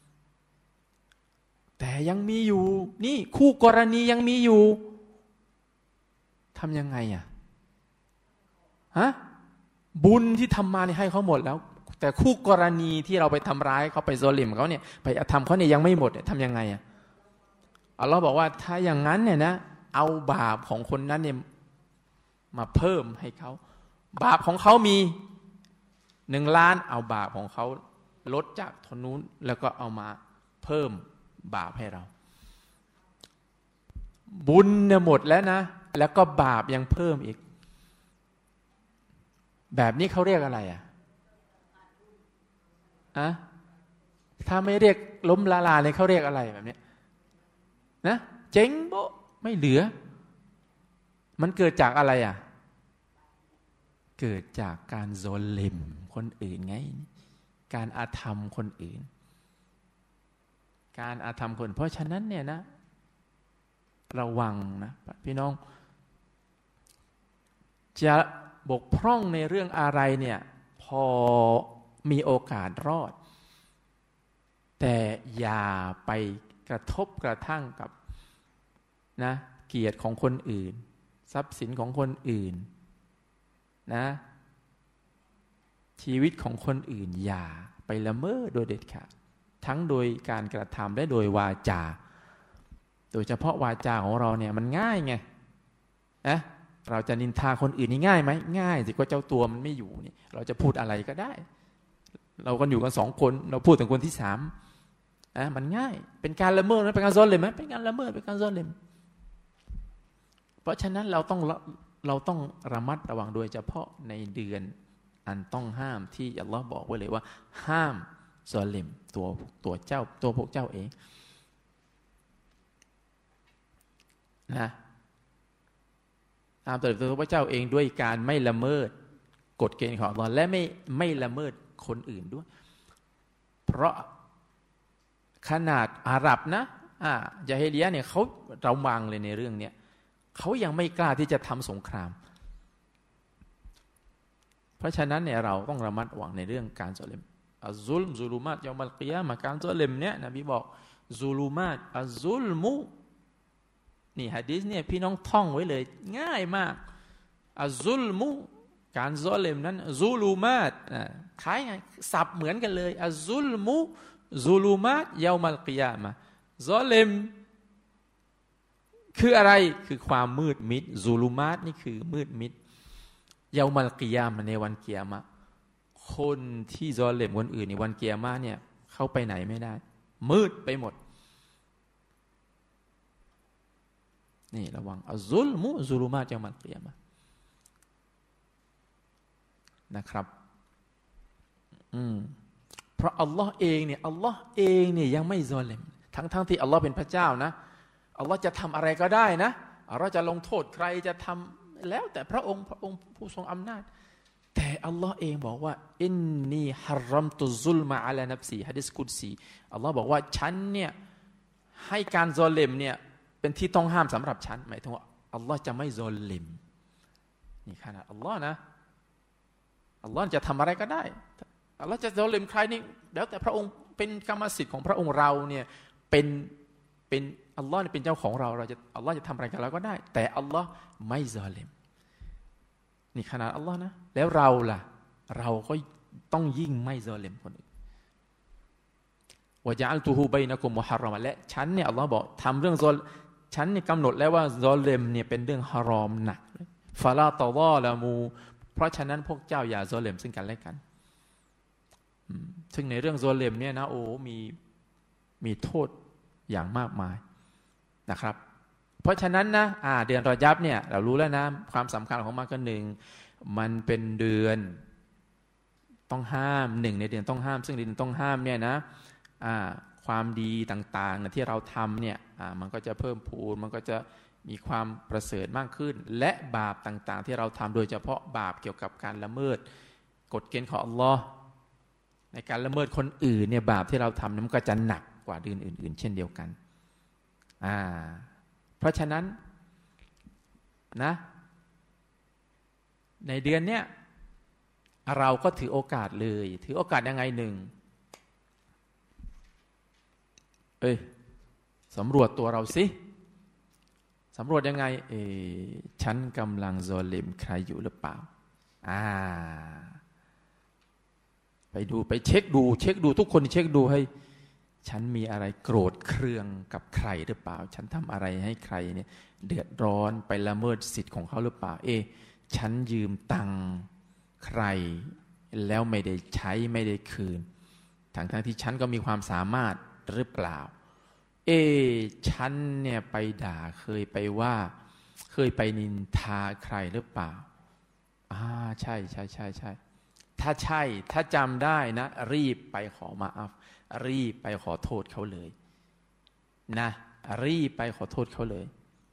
แต่ยังมีอยู่นี่คู่กรณียังมีอยู่ทำยังไงบุญที่ทำมาเนี่ยให้เขาหมดแล้วแต่คู่กรณีที่เราไปทำร้ายเขาไปโซลิมเขาเนี่ยไปทำเขาเนี่ยยังไม่หมดทำยังไงอัลลอฮ์บอกว่าถ้าอย่างนั้นเนี่ยนะเอาบาปของคนนั้นเนี่ยมาเพิ่มให้เขาบาปของเขามี1 ล้านเอาบาปของเขาลดจากทนนู้นแล้วก็เอามาเพิ่มบาปให้เราบุญเนี่ยหมดแล้วนะแล้วก็บาปยังเพิ่มอีกแบบนี้เขาเรียกอะไรถ้าไม่เรียกล้มละลายเลยเขาเรียกอะไรแบบนี้นะเจ๊งโบไม่เหลือมันเกิดจากอะไรเกิดจากการโซลิมคนอื่นไงการอาธรรมคนอื่นการอาธรรมคนเพราะฉะนั้นเนี่ยนะระวังนะพี่น้องจะบกพร่องในเรื่องอะไรเนี่ยพอมีโอกาสรอดแต่อย่าไปกระทบกระทั่งกับนะเกียรติของคนอื่นทรัพย์สินของคนอื่นนะชีวิตของคนอื่นอย่าไปละเมิดโดยเด็ดขาดทั้งโดยการกระทำและโดยวาจาโดยเฉพาะวาจาของเราเนี่ยมันง่ายไงเราจะนินทาคนอื่นนี่ง่ายไหมง่ายสิก็เจ้าตัวมันไม่อยู่นี่เราจะพูดอะไรก็ได้เราก็อยู่กัน2 คนเราพูดถึงคนที่3มันง่ายเป็นการละเมิดไหมเป็นการซ้อนเลยไหมเป็นการละเมิดเป็นการซ้อนเลยเพราะฉะนั้นเราต้องระมัดระวังโดยเฉพาะในเดือนอันต้องห้ามที่อัลลอฮ์บอกไว้เลยว่าห้ามซอลิมตัวพวกเจ้าเองนะห้ามตัวพวกเจ้าเองด้วยการไม่ละเมิดกฎเกณฑ์ของอัลลอฮ์และไม่ละเมิดคนอื่นด้วยเพราะขนาดอาหรับนะยาฮิลิยะห์เนี่ยเขาระวังเลยในเรื่องเนี้ยเขายังไม่กล้าที่จะทำสงครามเพราะฉะนั้นเนี่ยเราต้องระมัดระวังในเรื่องการซอลิมอัซซุลมซุลูมาตยอมัลกิยามะห์การซอลิมเนี่ยนบีบอกซุลูมาตอัซซุลมุนี่หะดีษเนี่ยพี่น้องท่องไว้เลยง่ายมากอัซซุลมุการซอลิมนั้นซุลูมาตคล้ายไงศัพท์เหมือนกันเลยอัซซุลมุซุลูมาตยอมัลกิยามะห์ซอลิมคืออะไรคือความมืดมิดซุลูมาตนี่คือมืดมิดยามัลกิยามะห์ในวันกิยามะห์คนที่ซอลิมคนอื่นในวันกิยามะห์เนี่ยเข้าไปไหนไม่ได้มืดไปหมดนี่ระวังอัซซุลมุซุลูมาตยามัลกิยามะห์นะครับเพราะอัลลอฮ์เองเนี่ยยังไม่ซอลิมทั้งที่อัลลอฮ์เป็นพระเจ้านะอัลลอฮ์จะทำอะไรก็ได้นะอัลลอฮ์จะลงโทษใครจะทำแล้วแต่พระองค์ผู้ทรงอำนาจแต่อัลลอฮ์เองบอกว่าอินนีฮารรัมตุซุลมะอะลานัฟซีหะดีษกุดซีอัลลอฮ์บอกว่าฉันเนี่ยให้การซอลิมเนี่ยเป็นที่ต้องห้ามสำหรับฉันหมายถึงว่าอัลลอฮ์จะไม่ซอลิมนี่ขนาดอัลลอฮ์นะอัลลอฮ์จะทำอะไรก็ได้อัลลอฮ์จะซอลิมใครนี่แล้วแต่พระองค์เป็นกรรมสิทธิ์ของพระองค์เราเนี่ยเป็นอัลลอฮ์เป็นเจ้าของเราอัลลอฮ์จะทำอะไรกับเราก็ได้แต่อัลลอฮ์ไม่ซอลิมนี่ขนาดอัลลอฮ์นะแล้วเราล่ะเราก็ต้องยิ่งไม่ซอลิมคนอื่นวะญะอัลตุฮูบัยนะกุมมุฮัรรอมะและฉันเนี่ยอัลลอฮ์บอกทำเรื่องซอลฉันเนี่ยกำหนดแล้วว่าซอลิมเนี่ยเป็นเรื่องฮารอมหนักเลยฟาลาตอฎอละมูเพราะฉะนั้นพวกเจ้าอย่าซอลิมซึ่งกันและกันซึ่งในเรื่องซอลิมเนี่ยนะโอ้มีโทษอย่างมากมายนะครับเพราะฉะนั้นนะเดือนรอญับเนี่ยเรารู้แล้วนะความสำคัญของมันก็หนึ่งมันเป็นเดือนต้องห้ามหนึ่งในเดือนต้องห้ามซึ่งเดือนต้องห้ามเนี่ยนะความดีต่างๆที่เราทำเนี่ยมันก็จะเพิ่มพูนมันก็จะมีความประเสริฐมากขึ้นและบาปต่างๆที่เราทำโดยเฉพาะบาปเกี่ยวกับการละเมิดกฎเกณฑ์ของอัลลอฮ์ในการละเมิดคนอื่นเนี่ยบาปที่เราทำนั้นมันก็จะหนักกว่าเดือนอื่นๆเช่นเดียวกันเพราะฉะนั้นนะในเดือนเนี้ยเราก็ถือโอกาสเลยถือโอกาสยังไงหนึ่งสำรวจตัวเราสิสำรวจยังไงฉันกำลังซอลิมใครอยู่หรือเปล่าไปดูไปเช็คดูทุกคนเช็คดูให้ฉันมีอะไรโกรธเคืองกับใครหรือเปล่าฉันทำอะไรให้ใครเนี่ยเดือดร้อนไปละเมิดสิทธิ์ของเขาหรือเปล่าฉันยืมตังค์ใครแล้วไม่ได้ใช้ไม่ได้คืนทั้งที่ฉันก็มีความสามารถหรือเปล่าฉันเนี่ยไปด่าเคยไปว่าเคยไปนินทาใครหรือเปล่าใช่ถ้าใช่ถ้าจำได้นะรีบไปขอมาอัฟรีบไปขอโทษเขาเลยนะรีบไปขอโทษเขาเลย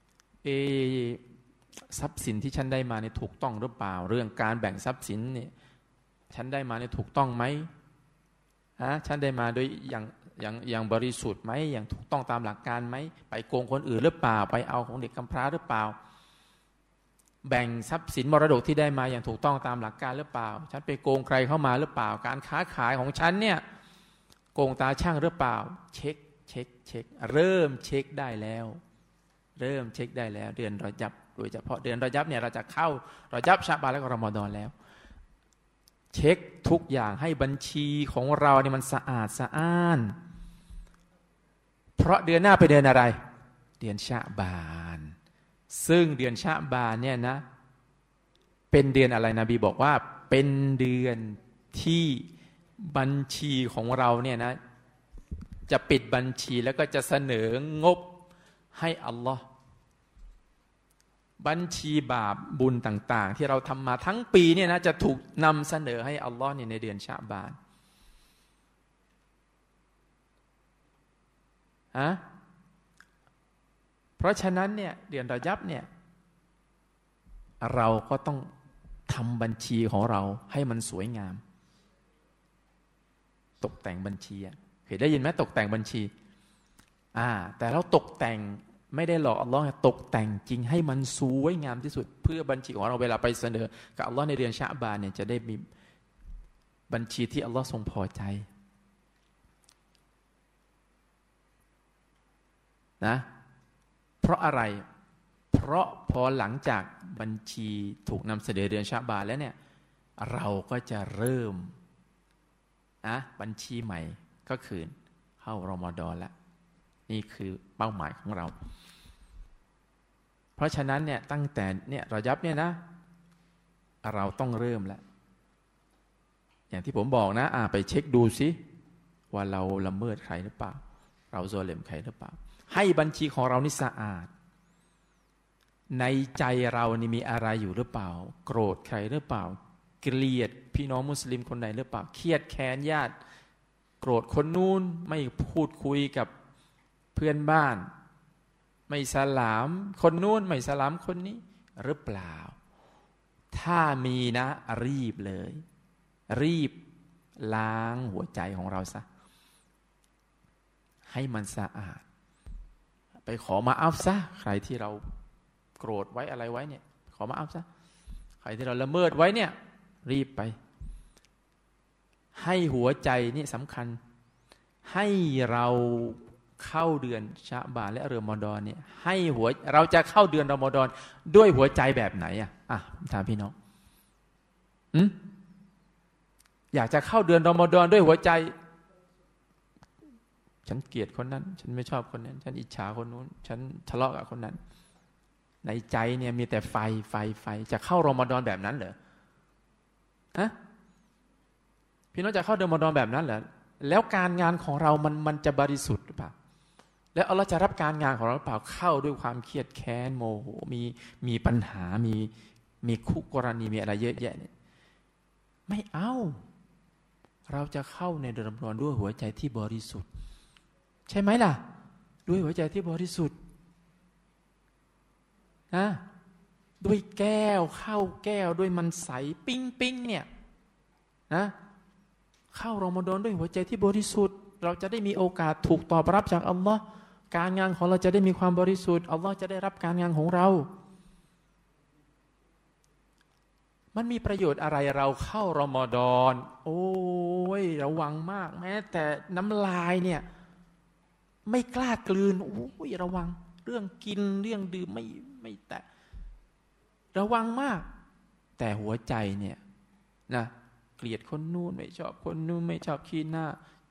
ทรัพย์สินที่ฉันได้มาเนี่ยถูกต้องหรือเปล่าเรื่องการแบ่งทรัพย์สินเนี่ยฉันได้มาเนี่ยถูกต้องไหมฉันได้มาโดยอย่างบริสุทธิ์ไหมอย่างถูกต้องตามหลักการไหมไปโกงคนอื่นหรือเปล่าไปเอาของเด็กกำพร้าหรือเปล่าแบ่งทรัพย์สินมรดกที่ได้มาอย่างถูกต้องตามหลักการหรือเปล่าฉันไปโกงใครเข้ามาหรือเปล่าการค้าขายของฉันเนี่ยโกงตาช่างหรือเปล่าเช็คเริ่มเช็คได้แล้วเดือนรอญับโดยเฉพาะเดือนรอญับเนี่ยเราจะเข้ารอญับชะบานและก็รอมฎอนแล้วเช็คทุกอย่างให้บัญชีของเราเนี่ยมันสะอาดสะอ้านเพราะเดือนหน้าไปเดือนอะไรเดือนชะบานซึ่งเดือนชะบานเนี่ยนะเป็นเดือนอะไรนบีบอกว่าเป็นเดือนที่บัญชีของเราเนี่ยนะจะปิดบัญชีแล้วก็จะเสนองบให้อัลลอฮ์บัญชีบาปบุญต่างๆที่เราทำมาทั้งปีเนี่ยนะจะถูกนำเสนอให้อัลลอฮ์ในเดือนชะบานเพราะฉะนั้นเนี่ยเดือนรอญับเนี่ยเราก็ต้องทำบัญชีของเราให้มันสวยงามตกแต่งบัญชีเคยได้ยินไหมตกแต่งบัญชีแต่เราตกแต่งไม่ได้หลอกอัลลอฮ์ตกแต่งจริงให้มันสวยงามที่สุดเพื่อบัญชีของเราเวลาไปเสนอกับอัลลอฮ์ในเดือนชะบานเนี่ยจะได้มีบัญชีที่อัลลอฮ์ทรงพอใจนะเพราะอะไรเพราะพอหลังจากบัญชีถูกนำเสนอเดือนชะบานแล้วเนี่ยเราก็จะเริ่มบัญชีใหม่ก็คือเข้ารอมฎอนแล้วนี่คือเป้าหมายของเราเพราะฉะนั้นเนี่ยตั้งแต่เนี่ยรอญับเนี่ยนะเราต้องเริ่มแล้วอย่างที่ผมบอกนะไปเช็คดูสิว่าเราละเมิดใครหรือเปล่าเราซอลิมใครหรือเปล่าให้บัญชีของเรานี่สะอาดในใจเรานี่มีอะไรอยู่หรือเปล่าโกรธใครหรือเปล่าเกลียดพี่น้องมุสลิมคนใดหรือเปล่าเครียดแค้นญาติโกรธคนนู้นไม่พูดคุยกับเพื่อนบ้านไม่สลามคนนู้นไม่สลามคนนี้หรือเปล่าถ้ามีนะรีบเลยรีบล้างหัวใจของเราซะให้มันสะอาดไปขอมาอัฟซะใครที่เราโกรธไว้อะไรไว้เนี่ยขอมาอัฟซะใครที่เราละเมิดไว้เนี่ยรีบไปให้หัวใจนี่สำคัญให้เราเข้าเดือนชะบานและรอมฎอนเนี่ยให้เราจะเข้าเดือนรอมฎอนด้วยหัวใจแบบไหนถามพี่น้องอยากจะเข้าเดือนรอมฎอนด้วยหัวใจฉันเกลียดคนนั้นฉันไม่ชอบคนนั้นฉันอิจฉาคนนู้นฉันทะเลาะกับคนนั้นในใจเนี่ยมีแต่ไฟจะเข้ารอมฎอนแบบนั้นเหรอฮะพี่น้องจะเข้าเดือนรอมฎอนแบบนั้นเหรอแล้วการงานของเรามันจะบริสุทธิ์หรือเปล่าแล้วอัลเลาะห์จะรับการงานของเราหรือเปล่าเข้าด้วยความเครียดแค้นโมโหมีปัญหามีคู่กรณีมีอะไรเยอะแยะเนี่ยไม่เอาเราจะเข้าในเดือนรอมฎอนด้วยหัวใจที่บริสุทธิ์ใช่ไหมล่ะด้วยหัวใจที่บริสุทธิ์นะด้วยแก้วเข้าแก้วด้วยมันใสปิ้งเนี่ยนะเข้ารอมฎอนด้วยหัวใจที่บริสุทธิ์เราจะได้มีโอกาสถูกตอบรับจากอัลลอฮ์การงานของเราจะได้มีความบริสุทธิ์อัลลอฮ์จะได้รับการงานของเรามันมีประโยชน์อะไรเราเข้ารอมฎอนโอ้ยระวังมากแม้แต่น้ำลายเนี่ยไม่กล้ากลืนโอ้ยระวังเรื่องกินเรื่องดื่มไม่แตะระวังมากแต่หัวใจเนี่ยนะเกลียดคนนู้นไม่ชอบคนนู้นไม่ชอบขี้หน้า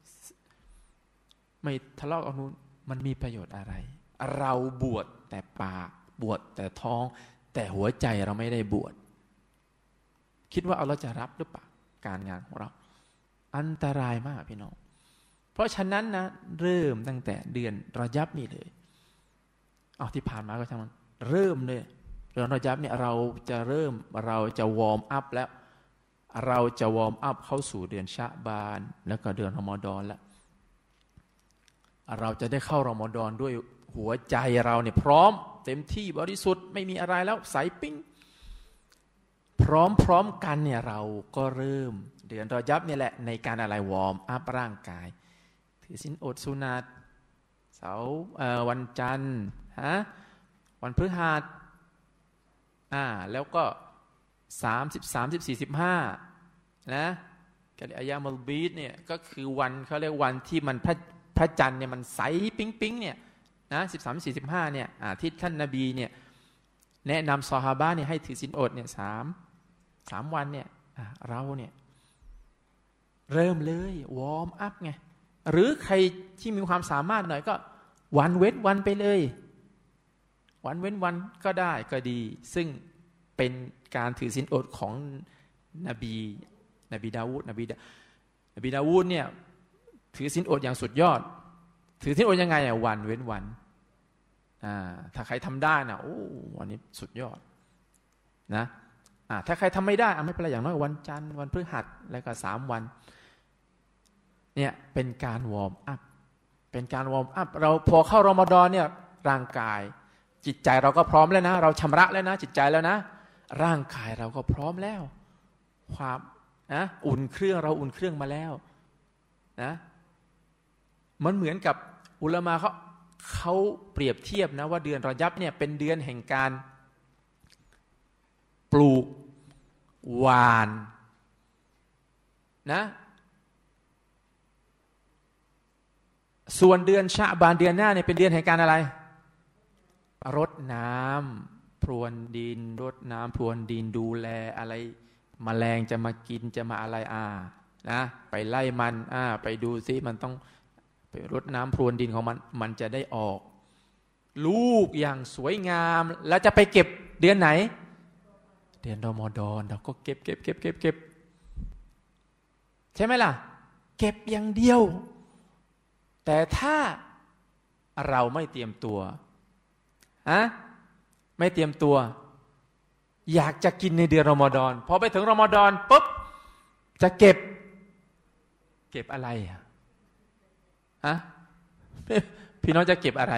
ไม่ทะเลาะกับนู้นมันมีประโยชน์อะไรเราบวชแต่ปากบวชแต่ท้องแต่หัวใจเราไม่ได้บวชคิดว่าเราจะรับหรือเปล่าการงานของเราอันตรายมากพี่น้องเพราะฉะนั้นนะเริ่มตั้งแต่เดือนรอญับนี่เลยเอาที่ผ่านมาก็ช่างมันเริ่มเลยเดือนรอญับเนี่ยเราจะวอร์มอัพแล้วเราจะวอร์มอัพเข้าสู่เดือนชะบานแล้วก็เดือนรอมฎอนแล้วเราจะได้เข้ารอมฎอนด้วยหัวใจเราเนี่ยพร้อมเต็มที่บริสุทธิ์ไม่มีอะไรแล้วใสปิ้งพร้อมกันเนี่ยเราก็เริ่มเดือนรอญับเนี่ยแหละในการอะไรวอร์มอัพร่างกายถือศีลอดสุนัตวันจันทร์วันพฤหัสแล้วก็34 15นะกะลิอายามุลบีดเนี่ยก็คือวันเขาเรียกวันที่มันพระจันทร์เนี่ยมันใสปิ๊งเนี่ยนะ13 14 15เนี่ยที่ท่านนบีเนี่ยแนะนำซอฮาบะห์เนี่ยให้ถือศีลอดเนี่ย3 วันเนี่ยเราเนี่ยเริ่มเลยวอร์มอัพไงหรือใครที่มีความสามารถหน่อยก็วันเว้นวันไปเลยวันเว้นวันก็ได้ก็ดีซึ่งเป็นการถือศีลอดของนบีดาวูดนบีดาวูดเนี่ยถือศีลอดอย่างสุดยอดถือศีลอดยังไงวันเว้นวันถ้าใครทำได้นะโอ้วันนี้สุดยอดนะถ้าใครทำไม่ได้ไม่เป็นไรอย่างน้อยวันจันทร์วันพฤหัสแล้วก็3 วันเนี่ยเป็นการวอร์มอัพเราพอเข้ารอมฎอนเนี่ยร่างกายจิตใจเราก็พร้อมแล้วนะเราชำระแล้วนะจิตใจแล้วนะร่างกายเราก็พร้อมแล้วความอุ่นเครื่องเราอุ่นเครื่องมาแล้วนะมันเหมือนกับอุลามะเขาเปรียบเทียบนะว่าเดือนรอญับเนี่ยเป็นเดือนแห่งการปลูกหว่านนะส่วนเดือนชะบานเดือนหน้าเนี่ยเป็นเดือนแห่งการอะไรรดน้ำพรวนดินรดน้ำพรวนดินดูแลอะไรแมลงจะมากินจะมาอะไรนะไปไล่มันไปดูซิมันต้องไปรดน้ำพรวนดินของมันจะได้ออกลูกอย่างสวยงามแล้วจะไปเก็บเดือนไหนเดือนรอมฎอนเราก็เก็บใช่ไหมล่ะเก็บอย่างเดียวแต่ถ้าเราไม่เตรียมตัวไม่เตรียมตัวอยากจะกินในเดือนรอมฎอนพอไปถึงรอมฎอนปุ๊บจะเก็บอะไรพี่น้องจะเก็บอะไร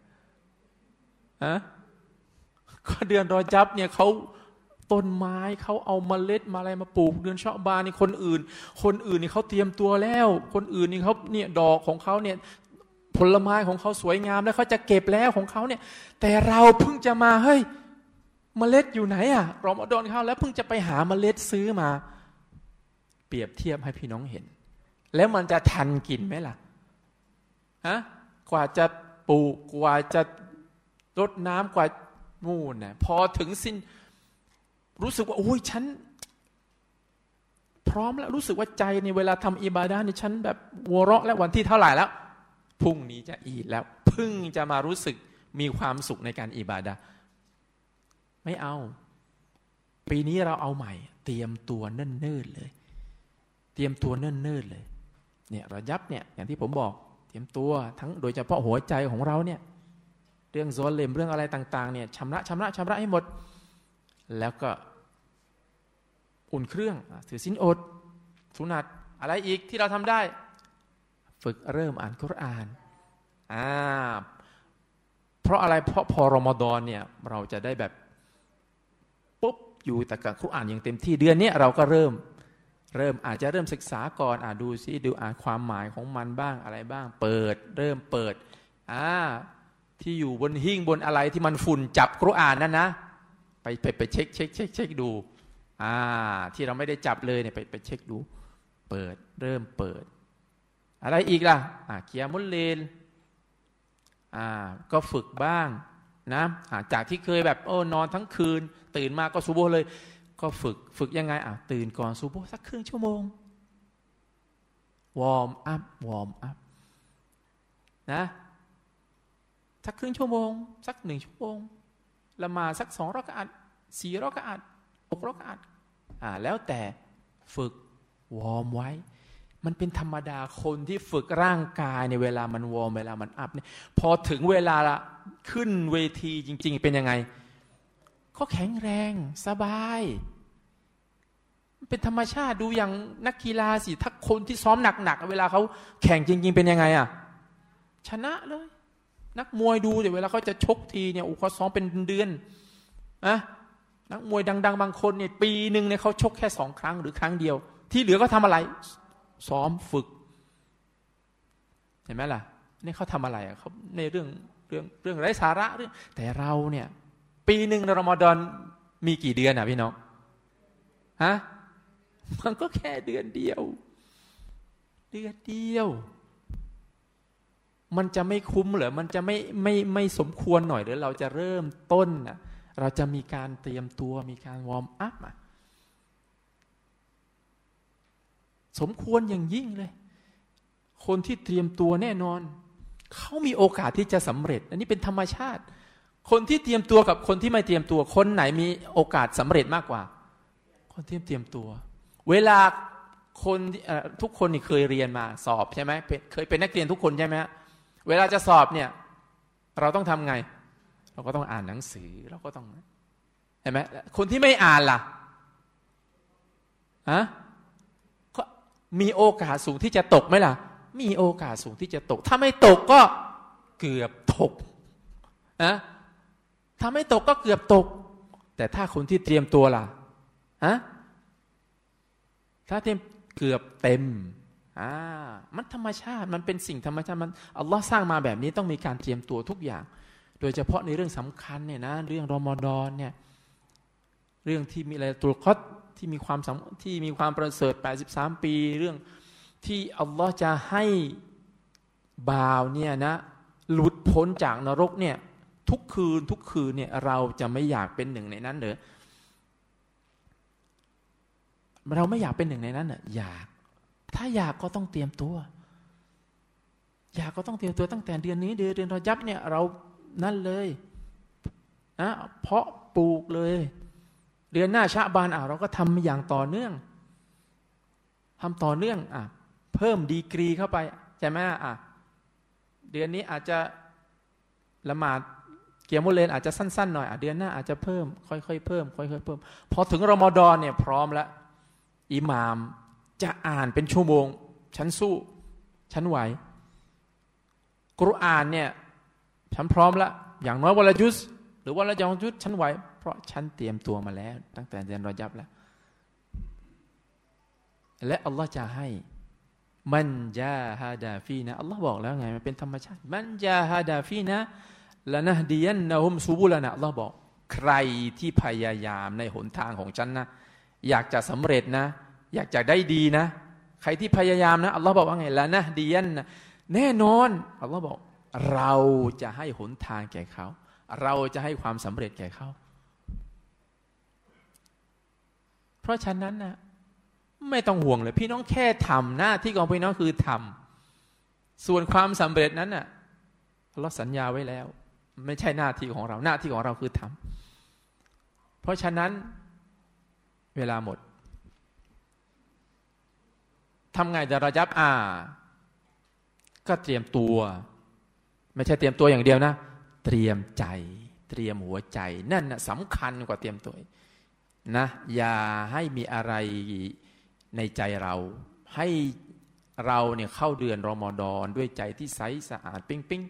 ก็เดือนรอญับเนี่ยเขาต้นไม้เขาเอาเมล็ดมาอะไรมาปลูกเดือนชะบานนี่คนอื่นนี่เขาเตรียมตัวแล้วคนอื่นนี่เขาเนี่ยดอกของเขาเนี่ยผลไม้ของเขาสวยงามแล้วเขาจะเก็บแล้วของเขาเนี่ยแต่เราเพิ่งจะมาเฮ้ยเมล็ดอยู่ไหนรอมฎอนเข้าแล้วเพิ่งจะไปหาเมล็ดซื้อมาเปรียบเทียบให้พี่น้องเห็นแล้วมันจะทันกินไหมล่ะกว่าจะปลูกกว่าจะรดน้ำกว่านู่นพอถึงสิ้นรู้สึกว่าโอ้ยฉันพร้อมแล้วรู้สึกว่าใจในเวลาทำอิบาดะห์นี่ฉันแบบหัวเราะแล้ววันที่เท่าไหร่แล้วพรุ่งนี้จะอีดแล้วเพิ่งจะมารู้สึกมีความสุขในการอิบาดะห์ไม่เอาปีนี้เราเอาใหม่เตรียมตัวเนิ่นๆเลยเตรียมตัวเนิ่นๆเลยเนี่ยระยับเนี่ยอย่างที่ผมบอกเตรียมตัวทั้งโดยเฉพาะหัวใจของเราเนี่ยเรื่องโซเลมเรื่องอะไรต่างๆเนี่ยชำระให้หมดแล้วก็อุ่นเครื่องถือศีลอดสุนัตอะไรอีกที่เราทำได้ฝึกเริ่มอ่านกุรอานเพราะอะไรเพราะพอรอมฎอนเนี่ยเราจะได้แบบปุ๊บอยู่แต่กับกุรอานอย่างเต็มที่เดือนนี้เราก็เริ่มอาจจะเริ่มศึกษาก่อนดูซิดูอ่านความหมายของมันบ้างอะไรบ้างเริ่มเปิดที่อยู่บนหิ้งบนอะไรที่มันฝุ่นจับกุรอานนั่นนะไปเช็คดูที่เราไม่ได้จับเลยเนี่ยไปเช็คดูเริ่มเปิดอะไรอีกล่ะเกียมุลเลลก็ฝึกบ้างนะจากที่เคยแบบนอนทั้งคืนตื่นมาก็ซุบฮ์เลยก็ฝึกยังไงตื่นก่อนซุบฮ์สักครึ่งชั่วโมงวอร์มอัพนะสักครึ่งชั่วโมงสัก1 ชั่วโมงละหมาดสัก2 รอกะอัต4 รอกะอัต6 รอกะอัตแล้วแต่ฝึกวอร์มไว้มันเป็นธรรมดาคนที่ฝึกร่างกายในเวลามันวอร์มเวลามันอัพเนี่ยพอถึงเวลาละขึ้นเวทีจริงๆเป็นยังไงก็แข็งแรงสบายเป็นธรรมชาติดูอย่างนักกีฬาสิถ้าคนที่ซ้อมหนักๆเวลาเขาแข่งจริงๆเป็นยังไงชนะเลยนักมวยดูแต่เวลาเขาจะชกทีเนี่ยเขาซ้อมเป็นเดือนนักมวยดังๆบางคนเนี่ยปีนึงเนี่ยเขาชกแค่2 ครั้งหรือครั้งเดียวที่เหลือก็ทำอะไรซ้อมฝึกเห็นไหมล่ะนี่เขาทำอะไรเขาในเรื่องไร้สาระเรื่องแต่เราเนี่ยปีนึงรอมฎอนมีกี่เดือนพี่น้องมันก็แค่เดือนเดียวมันจะไม่คุ้มเหรอมันจะไม่สมควรหน่อยหรือเราจะเริ่มต้นเราจะมีการเตรียมตัวมีการวอร์มอัพสมควรอย่างยิ่งเลยคนที่เตรียมตัวแน่นอนเขามีโอกาสที่จะสำเร็จอันนี้เป็นธรรมชาติคนที่เตรียมตัวกับคนที่ไม่เตรียมตัวคนไหนมีโอกาสสำเร็จมากกว่าคนที่เตรียมตัวเวลาคนทุกคนนี่เคยเรียนมาสอบใช่ไหมเคยเป็นนักเรียนทุกคนใช่ไหมเวลาจะสอบเนี่ยเราต้องทำไงเราก็ต้องอ่านหนังสือเราก็ต้องเห็นไหมคนที่ไม่อ่านล่ะก็มีโอกาสสูงที่จะตกไหมล่ะมีโอกาสสูงที่จะตกถ้าไม่ตกก็เกือบตกถ้าไม่ตกก็เกือบตกแต่ถ้าคนที่เตรียมตัวล่ะถ้าเตรียมเกือบเต็มมันธรรมชาติมันเป็นสิ่งธรรมชาติมันอัลลอฮ์สร้างมาแบบนี้ต้องมีการเตรียมตัวทุกอย่างโดยเฉพาะในเรื่องสำคัญเนี่ยนะเรื่องรอมฎอนเนี่ยเรื่องที่มีอะไรตุลกอดที่มีความประเสริฐ83 ปีเรื่องที่อัลลอฮ์จะให้บ่าวเนี่ยนะหลุดพ้นจากนรกเนี่ยทุกคืนเนี่ยเราจะไม่อยากเป็นหนึ่งในนั้นเหรอเราไม่อยากเป็นหนึ่งในนั้นอยากถ้าอยากก็ต้องเตรียมตัวตั้งแต่เดือนนี้เดือนรอญับเนี่ยเรานั่นเลยเพาะปลูกเลยเดือนหน้าชะบานเราก็ทำอย่างต่อเนื่องเพิ่มดีกรีเข้าไปใช่ไหมเดือนนี้อาจจะละหมาดเกียรมุลเลนอาจจะสั้นๆหน่อยเดือนหน้าอาจจะเพิ่มค่อยๆเพิ่มพอถึงรอมฎอนเนี่ยพร้อมแล้วอิหม่ามจะอ่านเป็นชั่วโมงฉันสู้ฉันไหวกุรอานเนี่ยฉันพร้อมแล้วอย่างน้อยวันละยุสหรือวันละ2 ยุสฉันไหวเพราะฉันเตรียมตัวมาแล้วตั้งแต่เดือนรอญับแล้วและอัลลอฮ์จะให้มันจาฮาดาฟีนะอัลลอฮ์บอกแล้วไงมันเป็นธรรมชาติมันจาฮาดาฟีนะละนะฮดียันนะฮุมซูบุลนะอัลลอฮ์บอกใครที่พยายามในหนทางของฉันนะอยากจะสำเร็จนะอยากจะได้ดีนะใครที่พยายามนะอัลลอฮ์บอกว่าไงละนะดียันนะแน่นอนอัลลอฮ์บอกเราจะให้หนทางแก่เขาเราจะให้ความสำเร็จแก่เขาเพราะฉะนั้นนะไม่ต้องห่วงเลยพี่น้องแค่ทำหน้าที่ของพี่น้องคือทำส่วนความสำเร็จนั้นน่ะอัลเลาะห์สัญญาไว้แล้วไม่ใช่หน้าที่ของเราหน้าที่ของเราคือทำเพราะฉะนั้นเวลาหมดทำไงเดี๋ยวเรายับก็เตรียมตัวไม่ใช่เตรียมตัวอย่างเดียวนะเตรียมใจเตรียมหัวใจนั่นน่ะสำคัญกว่าเตรียมตัวนะอย่าให้มีอะไรในใจเราให้เราเนี่ยเข้าเดือนรอมฎอนด้วยใจที่ใสสะอาดปิ๊งปิ๊ง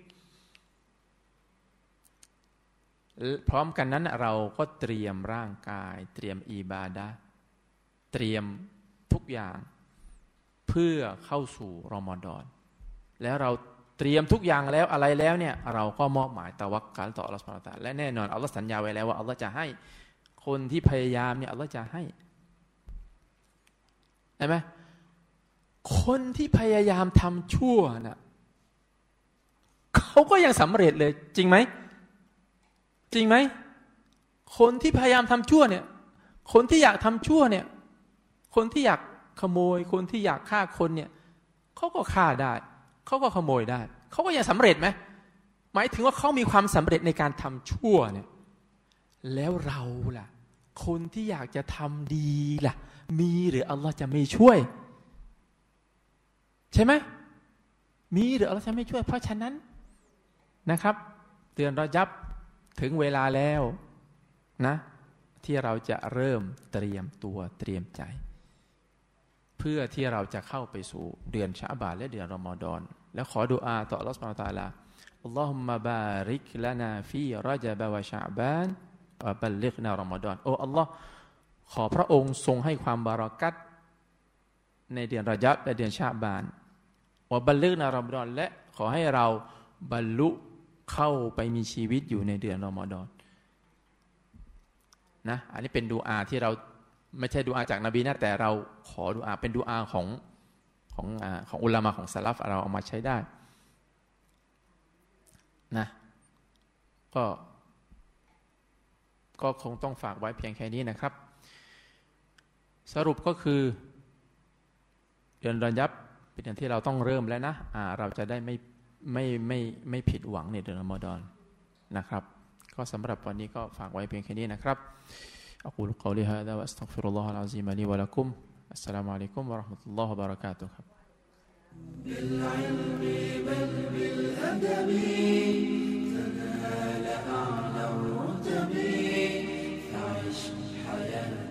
พร้อมกันนั้นเราก็เตรียมร่างกายเตรียมอิบาดะห์เตรียมทุกอย่างเพื่อเข้าสู่รอมฎอนแล้วเราเตรียมทุกอย่างแล้วอะไรแล้วเนี่ยเราก็มอบหมายตะวักกาลต่ออัลเลาะห์ซุบฮานะฮูวะตะอาลาและแน่นอนอัลเลาะห์สัญญาไว้แล้วว่าอัลเลาะห์จะให้คนที่พยายามเนี่ยอัลเลาะห์จะให้เห็นไหมคนที่พยายามทำชั่วน่ะเขาก็ยังสำเร็จเลยจริงไหมจริงไหมคนที่พยายามทำชั่วเนี่ยคนที่อยากทำชั่วเนี่ยคนที่อยากขโมยคนที่อยากฆ่าคนเนี่ยเขาก็ฆ่าได้เขาก็ขโมยได้เขาก็ยังสำเร็จไหมหมายถึงว่าเขามีความสำเร็จในการทำชั่วเนี่ยแล้วเราล่ะคนที่อยากจะทำดีล่ะมีหรืออัลลอฮ์จะไม่ช่วยใช่ไหมมีหรืออัลลอฮ์จะไม่ช่วยเพราะฉะนั้นนะครับเดือนรอญับถึงเวลาแล้วนะที่เราจะเริ่มเตรียมตัวเตรียมใจเพื่อที่เราจะเข้าไปสู่เดือนชะบานและเดือนรอมฎอนแล้วขอดุอาต่ออัลเลาะห์ซุบฮานะฮูวะตะอาลาอัลลอฮุมมะบาริกลานาฟีรอญะบะวะชะบานวะบัลลิกนารอมฎอนโอ้อัลลอฮ์ขอพระองค์ทรงให้ความบารอกัตในเดือนรอญับและเดือนชะบานวะบัลลิกนารอมฎอนและขอให้เราบรรลุเข้าไปมีชีวิตอยู่ในเดือนรอมฎอนนะอันนี้เป็นดุอาที่เราไม่ใช่ดุอาจากนบีนะแต่เราขอดุอาเป็นดุอาของอุลามะของซะลัฟเราเอามาใช้ได้นะก็คงต้องฝากไว้เพียงแค่นี้นะครับสรุปก็คือเดือนรอญับเป็นเดือนที่เราต้องเริ่มแล้วนะเราจะได้ไม่ผิดหวังในเดือนรอมฎอนนะครับก็สำหรับวันนี้ก็ฝากไว้เพียงแค่นี้นะครับأقول قولي هذا وأستغفر الله العظيم لي ولكم السلام عليكم ورحمة الله وبركاته بالعلم بل بالأدب تنال أعلى الرتب فعش حياة